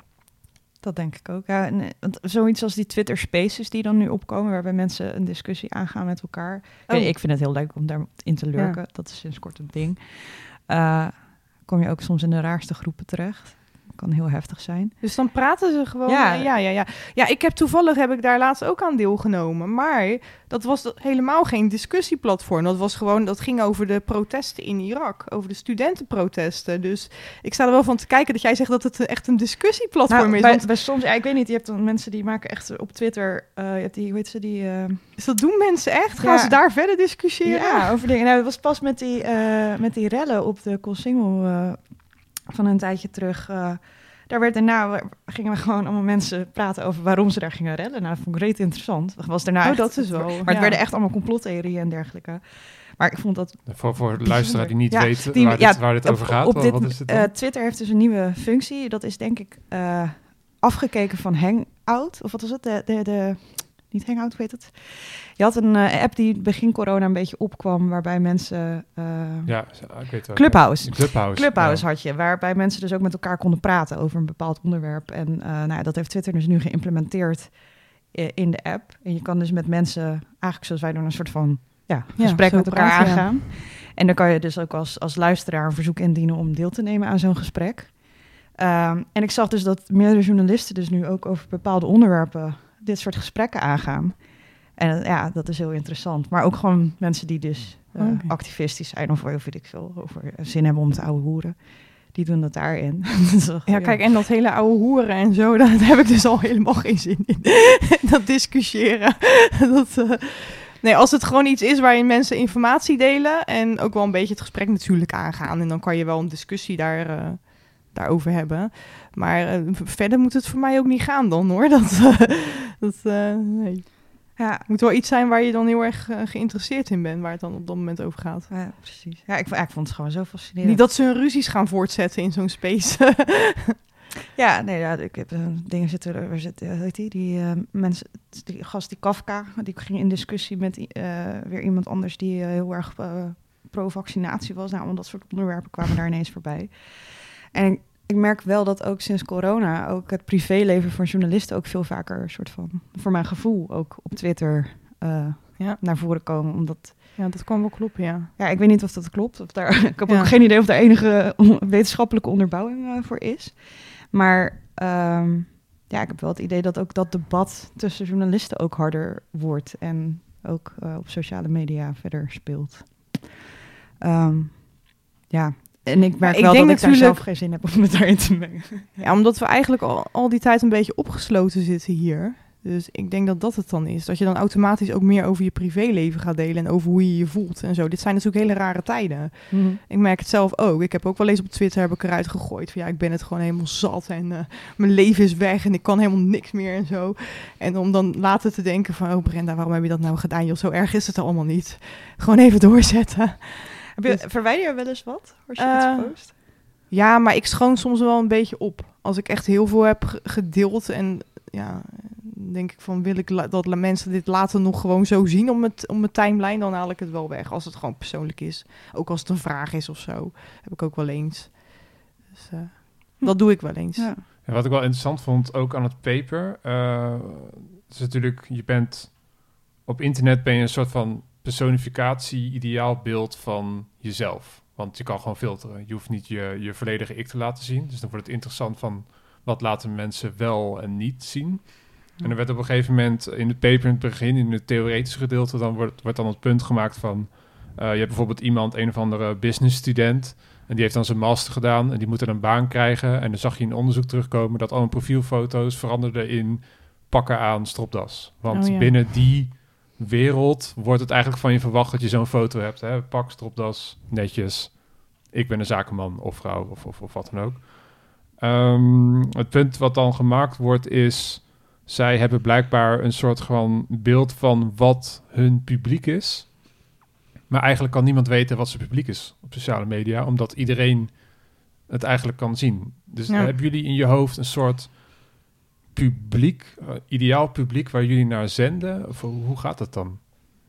dat denk ik ook. Ja, en, want zoiets als die Twitter Spaces die dan nu opkomen, waarbij mensen een discussie aangaan met elkaar. Oh. Ik, ik vind het heel leuk om daarin te lurken. Ja. Dat is sinds kort een ding. Uh, kom je ook soms in de raarste groepen terecht. Kan heel heftig zijn. Dus dan praten ze gewoon. Ja, ja, ja, ja. Ja, ik heb toevallig heb ik daar laatst ook aan deelgenomen, maar dat was helemaal geen discussieplatform. Dat was gewoon, dat ging over de protesten in Irak, over de studentenprotesten. Dus ik sta er wel van te kijken dat jij zegt dat het echt een discussieplatform nou, is. Bij, want... bij soms, ja, ik weet niet, je hebt dan mensen die maken echt op Twitter, uh, je hebt die, hoe heet ze die? Uh... Dus dat doen mensen echt? Gaan ja. ze daar verder discussiëren? Ja, over dingen. Nou, het was pas met die, uh, met die rellen op de Koolsingel uh, van een tijdje terug. Uh, daar werd daarna, gingen we gewoon allemaal mensen praten over waarom ze daar gingen rellen. Nou, dat vond ik reet interessant. Dat was daarna oh, echt, dat is wel. Maar ja. het werden echt allemaal complottheorieën en dergelijke. Maar ik vond dat... Voor, voor de luisteraar die niet ja, weet die, waar, ja, dit, waar dit op, over gaat, op wat, dit, wat is het dan? Uh, Twitter heeft dus een nieuwe functie. Dat is denk ik uh, afgekeken van Hangout. Of wat was het? De, de, de, niet Hangout, hoe heet het? Je had een uh, app die begin corona een beetje opkwam, waarbij mensen... Uh, ja, ik weet wel. Clubhouse. Clubhouse. Clubhouse ja. had je, waarbij mensen dus ook met elkaar konden praten over een bepaald onderwerp. En uh, nou ja, dat heeft Twitter dus nu geïmplementeerd uh, in de app. En je kan dus met mensen, eigenlijk zoals wij doen, een soort van ja, gesprek ja, met elkaar praten, aangaan. Ja. En dan kan je dus ook als, als luisteraar een verzoek indienen om deel te nemen aan zo'n gesprek. Um, en ik zag dus dat meerdere journalisten dus nu ook over bepaalde onderwerpen dit soort gesprekken aangaan. En ja, dat is heel interessant. Maar ook gewoon mensen die dus uh, okay. activistisch zijn of weet ik veel, over zin hebben om te ouwe hoeren. Die doen dat daarin. ja, ja, kijk, en dat hele ouwe hoeren en zo, daar heb ik dus al helemaal geen zin in. dat discussiëren. dat... Uh, Nee, als het gewoon iets is waarin mensen informatie delen en ook wel een beetje het gesprek natuurlijk aangaan. En dan kan je wel een discussie daar, uh, daarover hebben. Maar uh, verder moet het voor mij ook niet gaan dan hoor. Dat, uh, dat uh, nee. Ja, het moet wel iets zijn waar je dan heel erg uh, geïnteresseerd in bent, waar het dan op dat moment over gaat. Ja, precies. Ja, ik, ja, ik vond het gewoon zo fascinerend. Niet dat ze hun ruzies gaan voortzetten in zo'n space. Ja, nee, ja, ik heb uh, dingen zitten, er zit, uh, heet die, die uh, mensen, die gast, die Kafka, die ging in discussie met uh, weer iemand anders die uh, heel erg uh, pro-vaccinatie was. Nou, al dat soort onderwerpen kwamen daar ineens voorbij. En ik, ik merk wel dat ook sinds corona ook het privéleven van journalisten ook veel vaker een soort van, voor mijn gevoel, ook op Twitter uh, ja. naar voren komen, omdat... Ja, dat kan wel kloppen, ja. Ja, ik weet niet of dat klopt. Of daar, ik heb ja. ook geen idee of daar enige wetenschappelijke onderbouwing uh, voor is. Maar um, ja, ik heb wel het idee dat ook dat debat tussen journalisten ook harder wordt en ook uh, op sociale media verder speelt. Um, ja, en ik merk ja, wel ik dat ik daar zelf geen zin heb om me daarin te mengen. Ja, omdat we eigenlijk al, al die tijd een beetje opgesloten zitten hier. Dus ik denk dat dat het dan is. Dat je dan automatisch ook meer over je privéleven gaat delen en over hoe je je voelt en zo. Dit zijn natuurlijk hele rare tijden. Mm-hmm. Ik merk het zelf ook. Ik heb ook wel eens op Twitter heb ik eruit gegooid van ja, ik ben het gewoon helemaal zat en uh, mijn leven is weg en ik kan helemaal niks meer en zo. En om dan later te denken van oh Brenda, waarom heb je dat nou gedaan? Joh, zo erg is het allemaal niet. Gewoon even doorzetten. Heb je, dus, verwijder je wel eens wat als je uh, iets post? Ja, maar ik schoon soms wel een beetje op. Als ik echt heel veel heb g- gedeeld en ja... denk ik van, wil ik la- dat la- mensen dit later nog gewoon zo zien op mijn, t- op mijn timeline, dan haal ik het wel weg. Als het gewoon persoonlijk is. Ook als het een vraag is of zo. Heb ik ook wel eens. Dus uh, hm. dat doe ik wel eens. Ja. En wat ik wel interessant vond, ook aan het paper, uh, is natuurlijk, je bent, op internet ben je een soort van personificatie, ideaalbeeld van jezelf. Want je kan gewoon filteren. Je hoeft niet je, je volledige ik te laten zien. Dus dan wordt het interessant van, wat laten mensen wel en niet zien. En er werd op een gegeven moment in het paper in het begin, in het theoretische gedeelte, dan wordt, wordt dan het punt gemaakt van, uh, je hebt bijvoorbeeld iemand, een of andere business student, en die heeft dan zijn master gedaan en die moet dan een baan krijgen. En dan zag je in onderzoek terugkomen dat alle profielfoto's veranderden in pakken aan stropdas. Want oh, ja. binnen die wereld wordt het eigenlijk van je verwacht dat je zo'n foto hebt. Hè? Pak, stropdas, netjes, ik ben een zakenman of vrouw of, of, of wat dan ook. Um, het punt wat dan gemaakt wordt is, zij hebben blijkbaar een soort gewoon beeld van wat hun publiek is. Maar eigenlijk kan niemand weten wat zijn publiek is op sociale media, omdat iedereen het eigenlijk kan zien. Dus ja. hebben jullie in je hoofd een soort publiek, uh, ideaal publiek waar jullie naar zenden? Of hoe gaat dat dan?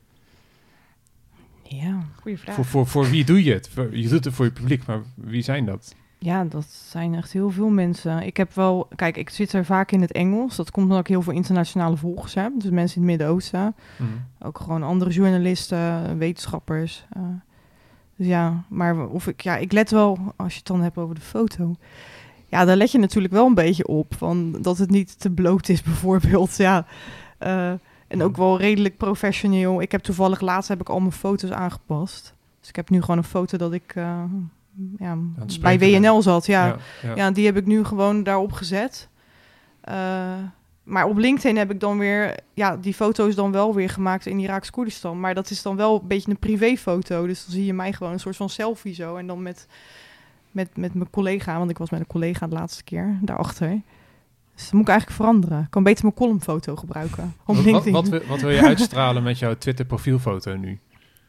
Ja, goede vraag. Voor, voor, voor wie doe je het? Je doet het voor je publiek, maar wie zijn dat? Ja, dat zijn echt heel veel mensen. Ik heb wel... Kijk, ik zit er vaak in het Engels. Dat komt omdat ik heel veel internationale volgers heb. Dus mensen in het Midden-Oosten. Mm. Ook gewoon andere journalisten, wetenschappers. Uh, dus ja, maar of ik... Ja, ik let wel, als je het dan hebt over de foto. Ja, daar let je natuurlijk wel een beetje op. Van dat het niet te bloot is, bijvoorbeeld. Ja. Uh, en ook wel redelijk professioneel. Ik heb toevallig laatst heb ik al mijn foto's aangepast. Dus ik heb nu gewoon een foto dat ik... Uh, Ja, bij W N L zat, ja. Ja, ja. ja, die heb ik nu gewoon daarop gezet. Uh, maar op LinkedIn heb ik dan weer... Ja, die foto's dan wel weer gemaakt in Iraaks-Koerdistan. Maar dat is dan wel een beetje een privéfoto. Dus dan zie je mij gewoon een soort van selfie zo. En dan met met, met mijn collega, want ik was met een collega de laatste keer daarachter. Dus dat moet ik eigenlijk veranderen. Ik kan beter mijn columnfoto gebruiken. Op Wat, wat, LinkedIn. wat, wil- wat wil je uitstralen met jouw Twitter profielfoto nu?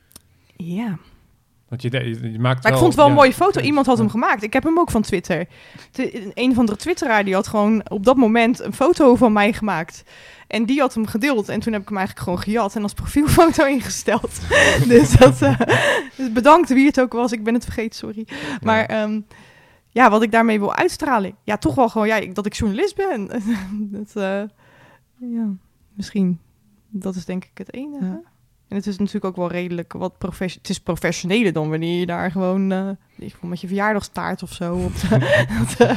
Ja. Want je, je, je maakt Maar wel, ik vond het wel ja, een mooie foto. ja, Iemand had ja. hem gemaakt. Ik heb hem ook van Twitter. De, een van de twitteraar die had gewoon op dat moment een foto van mij gemaakt. En die had hem gedeeld. En toen heb ik hem eigenlijk gewoon gejat en als profielfoto ingesteld. dus, dat, uh, dus bedankt wie het ook was. Ik ben het vergeten, sorry. Ja. Maar um, ja, wat ik daarmee wil uitstralen. Ja, toch wel gewoon ja, ik, dat ik journalist ben. dat, uh, ja, misschien. Dat is denk ik het enige. Ja. En het is natuurlijk ook wel redelijk wat professioneel. Het is professioneler dan wanneer je daar gewoon uh, ik vond met je verjaardagstaart of zo. Op de, dat, uh,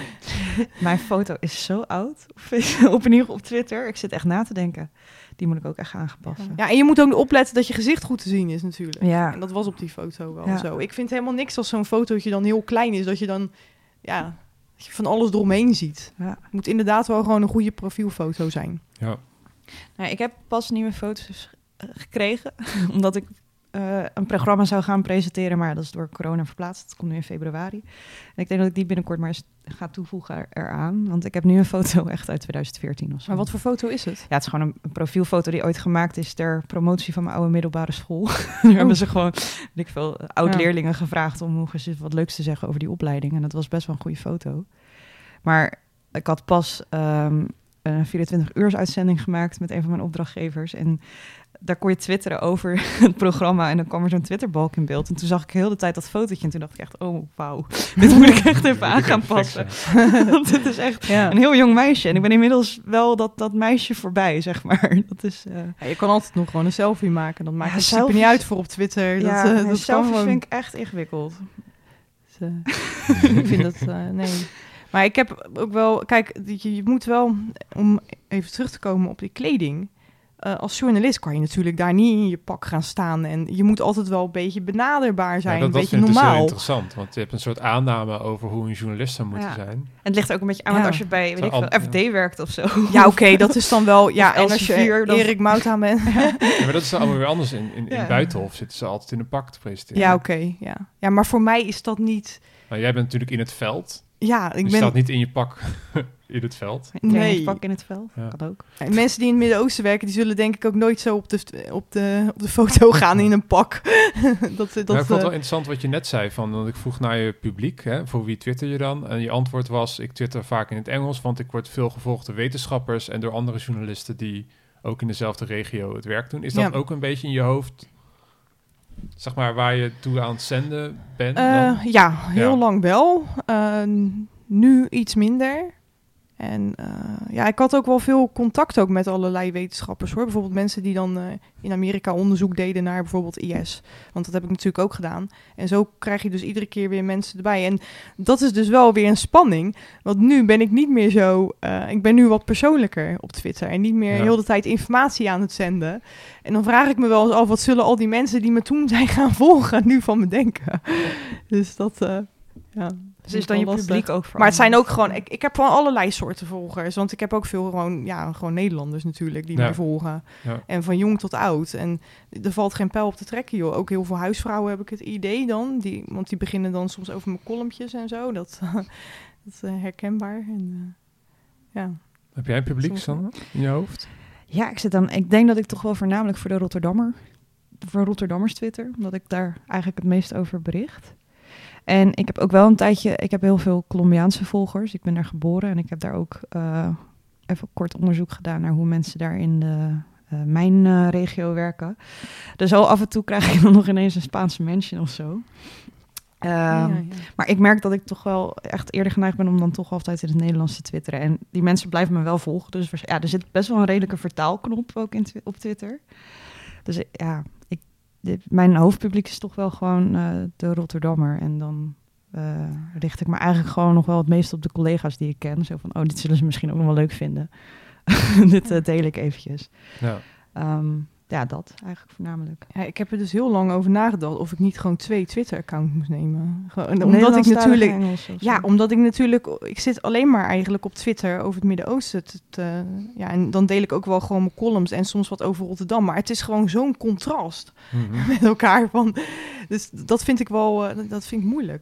Mijn foto is zo oud. Op, Facebook, op in ieder geval op Twitter. Ik zit echt na te denken. Die moet ik ook echt aanpassen. ja, en je moet ook opletten dat je gezicht goed te zien is natuurlijk. Ja. En dat was op die foto wel Ja. zo. Ik vind helemaal niks als zo'n fotootje dan heel klein is. Dat je dan ja, dat je van alles eromheen ziet. Ja. Het moet inderdaad wel gewoon een goede profielfoto zijn. Ja. Nou, ik heb pas nieuwe foto's uh, gekregen. omdat ik uh, een programma zou gaan presenteren. Maar dat is door corona verplaatst. Dat komt nu in februari. En ik denk dat ik die binnenkort maar eens ga toevoegen er, eraan. Want ik heb nu een foto echt uit twintig veertien of zo. Maar wat voor foto is het? Ja, het is gewoon een, een profielfoto die ooit gemaakt is ter promotie van mijn oude middelbare school. Nu hebben ze gewoon, weet ik veel, oud-leerlingen gevraagd om nog eens wat leuks te zeggen over die opleiding. En dat was best wel een goede foto. Maar ik had pas um, een vierentwintig uur uitzending gemaakt met een van mijn opdrachtgevers. En daar kon je twitteren over het programma en dan kwam er zo'n Twitterbalk in beeld. En toen zag ik heel de tijd dat fotootje en toen dacht ik echt, oh wauw, dit moet ik echt even aan gaan passen. Want het is echt Ja. een heel jong meisje. En ik ben inmiddels wel dat, dat meisje voorbij, zeg maar. Dat is, uh... Ja, je kan altijd nog gewoon een selfie maken. Dat maakt Ja, het super selfies- niet uit voor op Twitter. Ja, dat, uh, nee, dat kan selfies gewoon. vind ik echt ingewikkeld. Dus, uh, ik vind dat, uh, nee. Maar ik heb ook wel, kijk, je, je moet wel, om even terug te komen op die kleding. Uh, als journalist kan je natuurlijk daar niet in je pak gaan staan. En je moet altijd wel een beetje benaderbaar zijn, Ja, dat, een dat beetje vind ik dus heel normaal. interessant, want je hebt een soort aanname over hoe een journalist zou moeten Ja. zijn. En het ligt ook een beetje aan, Ja. want als je bij weet Zo ik veel, al- F D werkt of zo. Ja, oké, okay, dat is dan wel, ja, Of en als je Elsevier, dan- Erik Mouta bent. Ja, maar dat is allemaal weer anders. In, in, in Ja. Buitenhof zitten ze altijd in een pak te presenteren. Ja, oké, okay, ja. Ja, maar voor mij is dat niet, Maar jij bent natuurlijk in het veld. ja, ik Je ben... staat niet in je pak in het veld. Nee. Pak in het veld, Ja. kan ook. En mensen die in het Midden-Oosten werken, die zullen denk ik ook nooit zo op de, op de, op de foto gaan in een pak. dat, dat, Maar ik vond het wel uh, interessant wat je net zei. Van, want ik vroeg naar je publiek, hè, voor wie twitter je dan? En je antwoord was, ik twitter vaak in het Engels, want ik word veel gevolgd door wetenschappers en door andere journalisten die ook in dezelfde regio het werk doen. Is dat Ja. ook een beetje in je hoofd, zeg maar, waar je toe aan het zenden bent? Uh, ja, heel Ja. lang wel. Uh, nu iets minder. En uh, ja, ik had ook wel veel contact ook met allerlei wetenschappers, hoor. Bijvoorbeeld mensen die dan uh, in Amerika onderzoek deden naar bijvoorbeeld I S. Want dat heb ik natuurlijk ook gedaan. En zo krijg je dus iedere keer weer mensen erbij. En dat is dus wel weer een spanning. Want nu ben ik niet meer zo... Uh, ik ben nu wat persoonlijker op Twitter. En niet meer Ja. heel de tijd informatie aan het zenden. En dan vraag ik me wel eens af, wat zullen al die mensen die me toen zijn gaan volgen nu van me denken? Dus dat... Uh, ja. Dus is dan je publiek ook voor Maar het zijn ook gewoon... Ik, ik heb gewoon allerlei soorten volgers. Want ik heb ook veel gewoon... Ja, gewoon Nederlanders natuurlijk die Ja. mij volgen. Ja. En van jong tot oud. En er valt geen pijl op te trekken, joh. Ook heel veel huisvrouwen heb ik het idee dan. Die, want die beginnen dan soms over mijn columntjes en zo. Dat, dat is uh, herkenbaar. En, uh, ja. Heb jij een publiek, Soms- Sanne, in je hoofd? Ja, ik zit dan. Ik denk dat ik toch wel voornamelijk voor de Rotterdammer, voor Rotterdammers Twitter, omdat ik daar eigenlijk het meest over bericht. En ik heb ook wel een tijdje, ik heb heel veel Colombiaanse volgers. Ik ben daar geboren en ik heb daar ook uh, even kort onderzoek gedaan naar hoe mensen daar in de, uh, mijn uh, regio werken. Dus zo af en toe krijg ik dan nog ineens een Spaanse mention of zo. Um, Ja, ja. Maar ik merk dat ik toch wel echt eerder geneigd ben om dan toch altijd in het Nederlands te twitteren. En die mensen blijven me wel volgen. Dus ja, er zit best wel een redelijke vertaalknop ook in twi- op Twitter. Dus ja, ik, dit, mijn hoofdpubliek is toch wel gewoon uh, de Rotterdammer. En dan uh, richt ik me eigenlijk gewoon nog wel het meest op de collega's die ik ken. Zo van, oh, dit zullen ze misschien ook nog wel leuk vinden. dit uh, deel ik eventjes. Ja. Um, ja, dat eigenlijk voornamelijk. Ja, ik heb er dus heel lang over nagedacht of ik niet gewoon twee Twitter-accounts moest nemen. Gewoon, omdat ik Nederlandstalige natuurlijk... Engels of zo. Ja, omdat ik natuurlijk... Ik zit alleen maar eigenlijk op Twitter over het Midden-Oosten. te- te- ja, en dan deel ik ook wel gewoon mijn columns en soms wat over Rotterdam. Maar het is gewoon zo'n contrast Mhm. met elkaar. Van, dus dat vind ik wel... uh, dat vind ik moeilijk.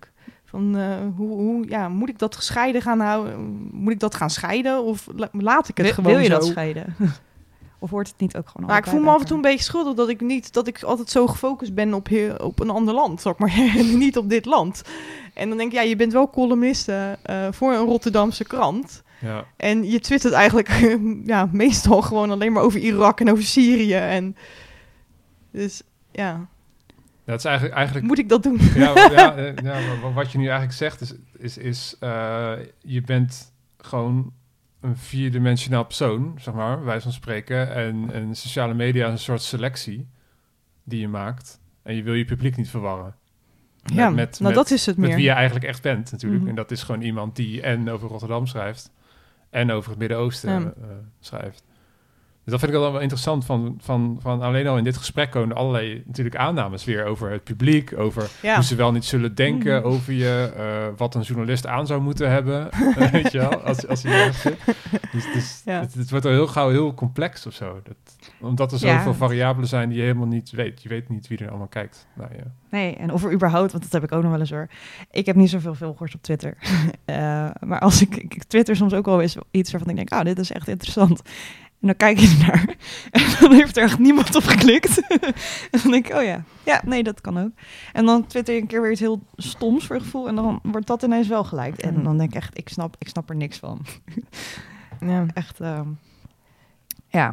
Van uh, hoe, hoe, ja, moet ik dat gescheiden gaan houden? Moet ik dat gaan scheiden of la- laat ik het wil, gewoon wil je zo? dat scheiden? Of wordt het niet ook gewoon? Maar ik voel me af en toe een beetje schuldig dat ik niet, dat ik altijd zo gefocust ben op, heel, op een ander land, zeg maar, en niet op dit land. En dan denk ik, ja, je bent wel columniste uh, voor een Rotterdamse krant. Ja. En je twittert eigenlijk ja, meestal gewoon alleen maar over Irak en over Syrië. En dus ja. Dat is eigenlijk, eigenlijk... Moet ik dat doen? Ja, ja, ja, wat je nu eigenlijk zegt is, is, is uh, je bent gewoon een vierdimensionaal persoon, zeg maar, bij wijze van spreken. En, en sociale media is een soort selectie die je maakt. En je wil je publiek niet verwarren. Met, ja, met, nou met, dat is het met meer. wie je eigenlijk echt bent, natuurlijk. Mm-hmm. En dat is gewoon iemand die en over Rotterdam schrijft en over het Midden-Oosten ja. uh, schrijft. Dus dat vind ik wel interessant van, van, van alleen al in dit gesprek komen allerlei natuurlijk aannames weer over het publiek, over ja. hoe ze wel niet zullen denken mm-hmm. over je, uh, wat een journalist aan zou moeten hebben, weet je wel, als, als hij ergens zit. Dus, dus ja. het, het wordt al heel gauw heel complex of zo. Dat, omdat er zoveel ja. variabelen zijn die je helemaal niet weet. Je weet niet wie er allemaal kijkt. Nou, ja. Nee, en of er überhaupt, want dat heb ik ook nog wel eens hoor. Ik heb niet zoveel volgers op Twitter. uh, maar als ik, ik Twitter soms ook wel eens iets waarvan ik denk, ah, oh, dit is echt interessant. En dan kijk je naar en dan heeft er echt niemand op geklikt. En dan denk ik, oh ja, ja, nee, dat kan ook. En dan twitter je een keer weer iets heel stoms voor je gevoel en dan wordt dat ineens wel gelijk. En dan denk ik echt, ik snap, ik snap er niks van. Ja. Echt, um, ja.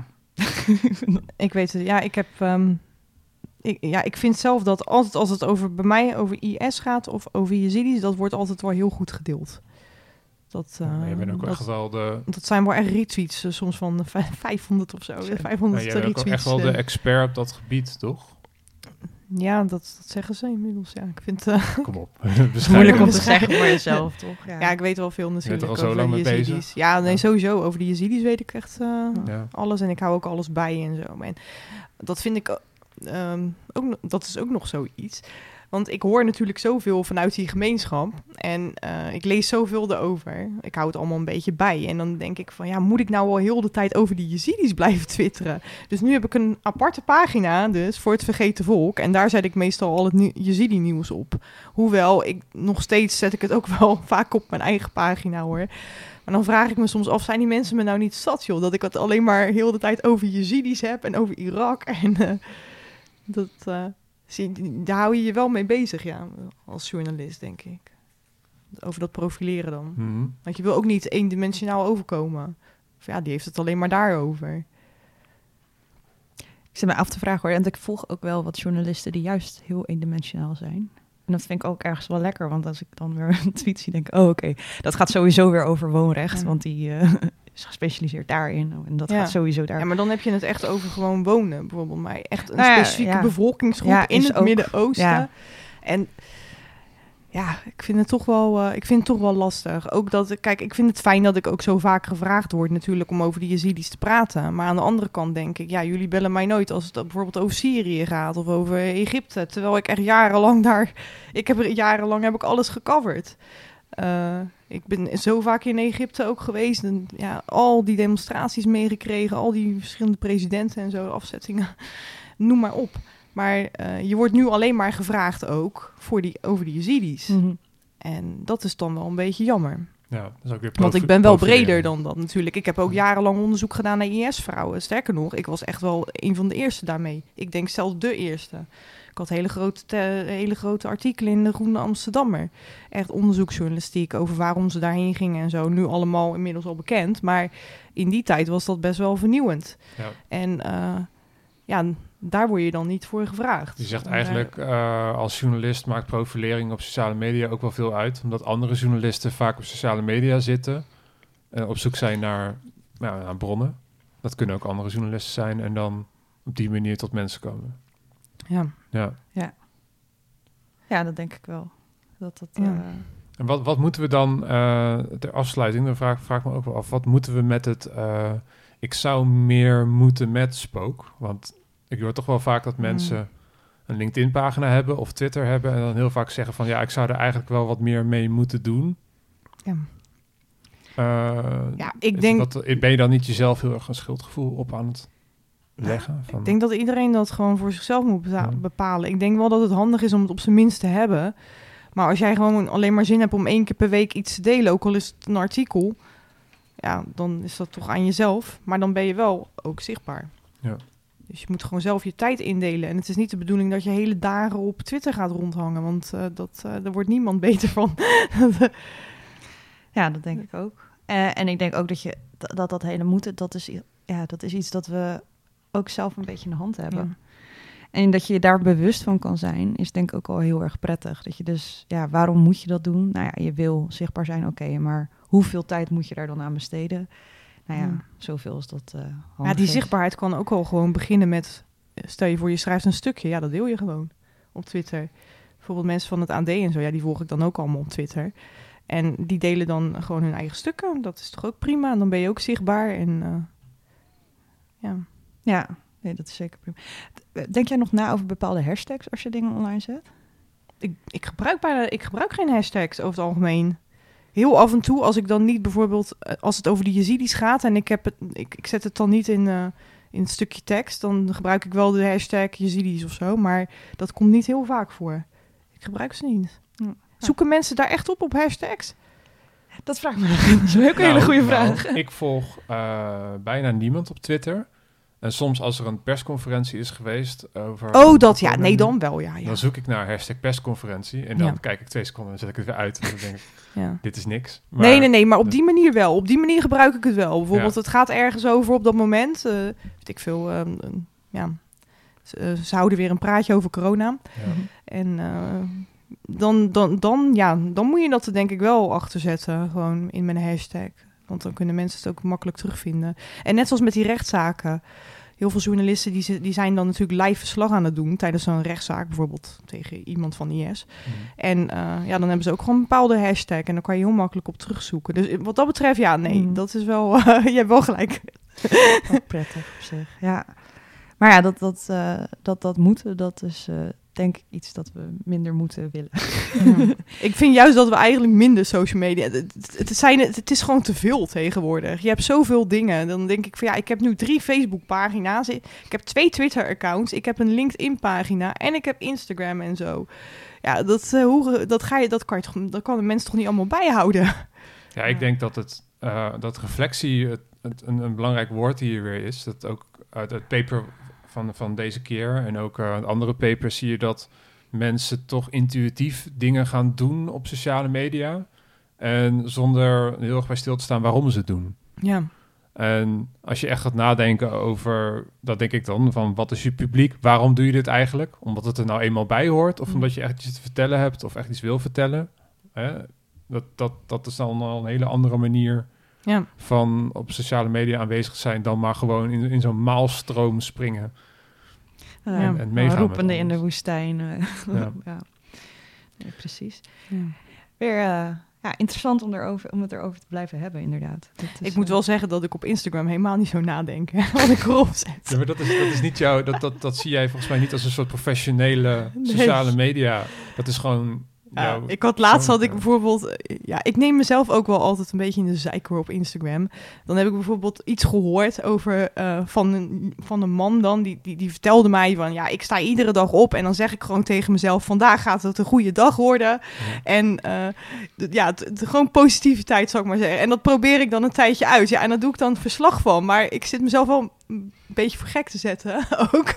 Ik weet het, ja, ik heb... Um, ik, ja, ik vind zelf dat altijd als het over bij mij over I S gaat of over Yazidis, dat wordt altijd wel heel goed gedeeld. Dat, uh, ja, je bent ook dat, echt wel de... dat zijn wel echt retweets, uh, soms van vijfhonderd of zo. vijfhonderd ja, je bent ook echt wel de expert op dat gebied, toch? Ja, dat, dat zeggen ze inmiddels. Ja, ik vind uh, Kom op. Moeilijk om te zeggen voor jezelf, toch? Ja, ja ik weet wel veel natuurlijk je bent er al over zo lang de Yazidis. bezig. Ja, nee, ja. sowieso. Over de Yazidis weet ik echt uh, ja. alles. En ik hou ook alles bij en zo. En dat vind ik... Um, ook, dat is ook nog zoiets. Want ik hoor natuurlijk zoveel vanuit die gemeenschap. En uh, ik lees zoveel erover. Ik hou het allemaal een beetje bij. En dan denk ik van, ja, moet ik nou wel heel de tijd over die Yazidis blijven twitteren? Dus nu heb ik een aparte pagina, dus, voor het vergeten volk. En daar zet ik meestal al het nu- Yazidi-nieuws op. Hoewel, ik nog steeds zet ik het ook wel vaak op mijn eigen pagina, hoor. Maar dan vraag ik me soms af, zijn die mensen me nou niet zat, joh? Dat ik het alleen maar heel de tijd over Yazidis heb en over Irak. En uh, dat... Uh, Zie, daar hou je je wel mee bezig, ja, als journalist, denk ik. Over dat profileren dan. Mm-hmm. Want je wil ook niet eendimensionaal overkomen. Of ja, die heeft het alleen maar daarover. Ik zit me af te vragen hoor, en ik volg ook wel wat journalisten die juist heel eendimensionaal zijn. En dat vind ik ook ergens wel lekker, want als ik dan weer een tweet zie, denk ik, oh oké, okay, dat gaat sowieso weer over woonrecht, ja. want die... Uh, is gespecialiseerd daarin en dat ja. gaat sowieso daar. Ja, maar dan heb je het echt over gewoon wonen, bijvoorbeeld. Maar echt een nou ja, specifieke ja. bevolkingsgroep ja, in het ook, Midden-Oosten. Ja. En ja, ik vind het toch wel, uh, ik vind het toch wel lastig. Ook dat, kijk, ik vind het fijn dat ik ook zo vaak gevraagd word natuurlijk om over die Yazidis te praten. Maar aan de andere kant denk ik, ja, jullie bellen mij nooit als het bijvoorbeeld over Syrië gaat of over Egypte. Terwijl ik echt jarenlang daar, ik heb jarenlang heb ik alles gecoverd. Uh, ik ben zo vaak in Egypte ook geweest en ja, al die demonstraties meegekregen, al die verschillende presidenten en zo, afzettingen, noem maar op. Maar uh, je wordt nu alleen maar gevraagd ook voor die, over die Yazidis. Mm-hmm. En dat is dan wel een beetje jammer. Ja, dat is ook weer profi- Want ik ben wel breder dan dat natuurlijk. Ik heb ook jarenlang onderzoek gedaan naar I S-vrouwen. Sterker nog, ik was echt wel een van de eerste daarmee. Ik denk zelfs de eerste. Ik had hele grote, te, hele grote artikelen in de Groene Amsterdammer. Echt onderzoeksjournalistiek over waarom ze daarheen gingen en zo. Nu allemaal inmiddels al bekend. Maar in die tijd was dat best wel vernieuwend. Ja. En uh, ja, daar word je dan niet voor gevraagd. Je zegt eigenlijk, uh, als journalist maakt profilering op sociale media ook wel veel uit. Omdat andere journalisten vaak op sociale media zitten. En op zoek zijn naar, nou, naar bronnen. Dat kunnen ook andere journalisten zijn. En dan op die manier tot mensen komen. Ja. Ja. Ja. Ja, dat denk ik wel. Dat dat. Ja. Uh... En wat, wat moeten we dan uh, ter afsluiting? Dan vraag, vraag ik me ook wel af. Wat moeten we met het? Uh, ik zou meer moeten met spook. Want ik hoor toch wel vaak dat mensen mm. een LinkedIn-pagina hebben of Twitter hebben en dan heel vaak zeggen van ja, ik zou er eigenlijk wel wat meer mee moeten doen. Ja. Uh, ja, ik denk. Dat, ben je dan niet jezelf heel erg een schuldgevoel op aan het leggen? Van... Ik denk dat iedereen dat gewoon voor zichzelf moet beza- ja. bepalen. Ik denk wel dat het handig is om het op zijn minst te hebben. Maar als jij gewoon alleen maar zin hebt om één keer per week iets te delen, ook al is het een artikel, ja, dan is dat toch aan jezelf. Maar dan ben je wel ook zichtbaar. Ja. Dus je moet gewoon zelf je tijd indelen. En het is niet de bedoeling dat je hele dagen op Twitter gaat rondhangen, want uh, dat, uh, daar wordt niemand beter van. Ja, dat denk ik ook. Uh, en ik denk ook dat je dat dat, dat hele moeten, dat is, ja, dat is iets dat we ook zelf een beetje in de hand hebben. Ja. En dat je je daar bewust van kan zijn, is denk ik ook al heel erg prettig. Dat je dus, ja, waarom moet je dat doen? Nou ja, je wil zichtbaar zijn, oké, okay, maar hoeveel tijd moet je daar dan aan besteden? Nou ja, ja. zoveel is dat uh, Ja, die zichtbaarheid kan ook al gewoon beginnen met, stel je voor je schrijft een stukje, ja, dat deel je gewoon op Twitter. Bijvoorbeeld mensen van het A D en zo, ja, die volg ik dan ook allemaal op Twitter. En die delen dan gewoon hun eigen stukken. Dat is toch ook prima. En dan ben je ook zichtbaar. En uh, ja. Ja, nee, dat is zeker prima. Denk jij nog na over bepaalde hashtags als je dingen online zet? Ik, ik, gebruik, bijna, ik gebruik geen hashtags over het algemeen. Heel af en toe, als ik dan niet bijvoorbeeld, als het over de Yazidis gaat en ik, heb het, ik, ik zet het dan niet in, uh, in een stukje tekst, dan gebruik ik wel de hashtag Yazidis of zo. Maar dat komt niet heel vaak voor. Ik gebruik ze niet. Ja. Zoeken mensen daar echt op, op hashtags? Dat vraag ik me nog. Dat is een hele goede nou, vraag. Ik volg uh, bijna niemand op Twitter. En soms als er een persconferentie is geweest over... Oh, dat ja. Nee, dan wel, ja. ja. Dan zoek ik naar hashtag persconferentie. En dan ja. kijk ik twee seconden en zet ik het weer uit. En dan denk ik, ja. dit is niks. Maar, nee, nee, nee. Maar op die manier wel. Op die manier gebruik ik het wel. Bijvoorbeeld, ja. het gaat ergens over op dat moment. Uh, weet ik veel, uh, uh, ja... Ze, ze houden weer een praatje over corona. Ja. En... Uh, Dan, dan, dan, ja, dan moet je dat er denk ik wel achter zetten, gewoon in mijn hashtag. Want dan kunnen mensen het ook makkelijk terugvinden. En net zoals met die rechtszaken. Heel veel journalisten die, die zijn dan natuurlijk live verslag aan het doen tijdens zo'n rechtszaak, bijvoorbeeld tegen iemand van I S. Mm. En uh, ja, dan hebben ze ook gewoon een bepaalde hashtag en dan kan je heel makkelijk op terugzoeken. Dus wat dat betreft, ja, nee, mm. dat is wel, uh, je hebt wel gelijk. Wat prettig op zich, ja. Maar ja, dat dat, uh, dat, dat moeten, dat is... Uh, denk ik iets dat we minder moeten willen. Ja. Ik vind juist dat we eigenlijk minder social media... Het, het, het, zijn, het is gewoon te veel tegenwoordig. Je hebt zoveel dingen. Dan denk ik van ja, ik heb nu drie Facebook-pagina's. Ik heb twee Twitter-accounts. Ik heb een LinkedIn-pagina. En ik heb Instagram en zo. Ja, dat, uh, hoe, dat, ga je, dat, kan je toch, dat kan de mensen toch niet allemaal bijhouden? Ja, ik denk dat, het, uh, dat reflectie het, het, een, een belangrijk woord hier weer is. Dat ook uit het paper... Van, van deze keer en ook uh, andere papers zie je dat mensen toch intuïtief dingen gaan doen op sociale media en zonder heel erg bij stil te staan waarom ze het doen. Ja. En als je echt gaat nadenken over, dat denk ik dan, van wat is je publiek, waarom doe je dit eigenlijk? Omdat het er nou eenmaal bij hoort of omdat je echt iets te vertellen hebt of echt iets wil vertellen. Hè? Dat, dat, dat is dan al een hele andere manier ja. van op sociale media aanwezig zijn dan maar gewoon in, in zo'n maalstroom springen. Uh, en, en meegaan roepende in de woestijn. Uh, ja. ja. Nee, precies. Ja. Weer uh, ja, interessant om, erover, om het erover te blijven hebben, inderdaad. Dat is, ik moet uh, wel zeggen dat ik op Instagram helemaal niet zo nadenk wat ik erop zet. Ja, maar dat is, dat is niet jouw... Dat, dat, dat zie jij volgens mij niet als een soort professionele sociale nee. media. Dat is gewoon... Ja, ik had laatst had ik bijvoorbeeld... Ja, ik neem mezelf ook wel altijd een beetje in de zeiker op Instagram. Dan heb ik bijvoorbeeld iets gehoord over uh, van, een, van een man dan. Die, die, die vertelde mij van... Ja, ik sta iedere dag op en dan zeg ik gewoon tegen mezelf... Vandaag gaat het een goede dag worden. Ja. En uh, d- ja, t- t- gewoon positiviteit zou ik maar zeggen. En dat probeer ik dan een tijdje uit. Ja, en daar doe ik dan verslag van. Maar ik zit mezelf wel... een beetje voor gek te zetten ook.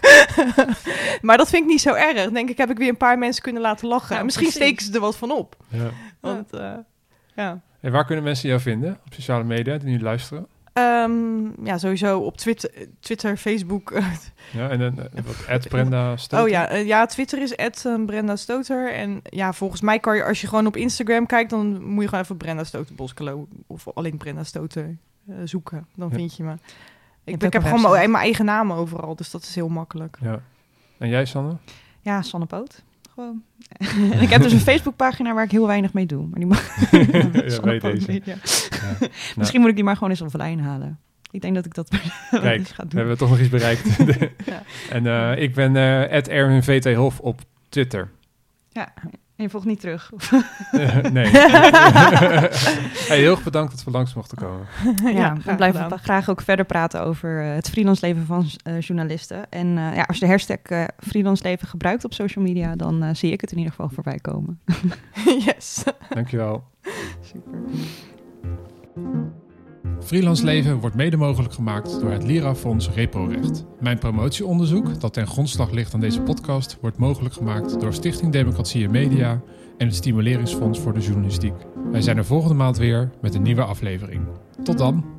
Maar dat vind ik niet zo erg. Denk ik, heb ik weer een paar mensen kunnen laten lachen. Ja, misschien precies. Steken ze er wat van op. Ja. Want, uh, ja. En waar kunnen mensen jou vinden op sociale media die nu luisteren? Um, ja, sowieso op Twitter, Twitter Facebook. Ja, en dan at Brenda Stoter. Oh ja, uh, ja, Twitter is at uh, Brenda Stoter. En ja, volgens mij kan je, als je gewoon op Instagram kijkt, dan moet je gewoon even Brenda Stoter Boskelo of alleen Brenda Stoter uh, zoeken. Dan ja. vind je me. Ik, ik heb gewoon mijn, mijn eigen naam overal, dus dat is heel makkelijk. Ja. En jij, Sanne? Ja, Sanne Poot. Gewoon. En ik heb dus een Facebookpagina waar ik heel weinig mee doe. Maar die mag... ja, weet deze. Weet, ja. Ja. Nou. Misschien moet ik die maar gewoon eens offline halen. Ik denk dat ik dat Kijk, ga doen. We hebben toch nog iets bereikt. ja. En uh, ik ben uh, at Erwin V T Hof op Twitter. Ja, En je volgt niet terug? Uh, nee. Hey, heel erg bedankt dat we langs mochten komen. Ja, Ja, we graag blijven gedaan. graag ook verder praten over uh, het freelance leven van uh, journalisten. En uh, ja, als je de hashtag uh, freelance leven gebruikt op social media, dan uh, zie ik het in ieder geval voorbij komen. Yes. Dankjewel. Super. Freelance Leven wordt mede mogelijk gemaakt door het Lira-fonds Reprorecht. Mijn promotieonderzoek, dat ten grondslag ligt aan deze podcast, wordt mogelijk gemaakt door Stichting Democratie en Media en het Stimuleringsfonds voor de Journalistiek. Wij zijn er volgende maand weer met een nieuwe aflevering. Tot dan!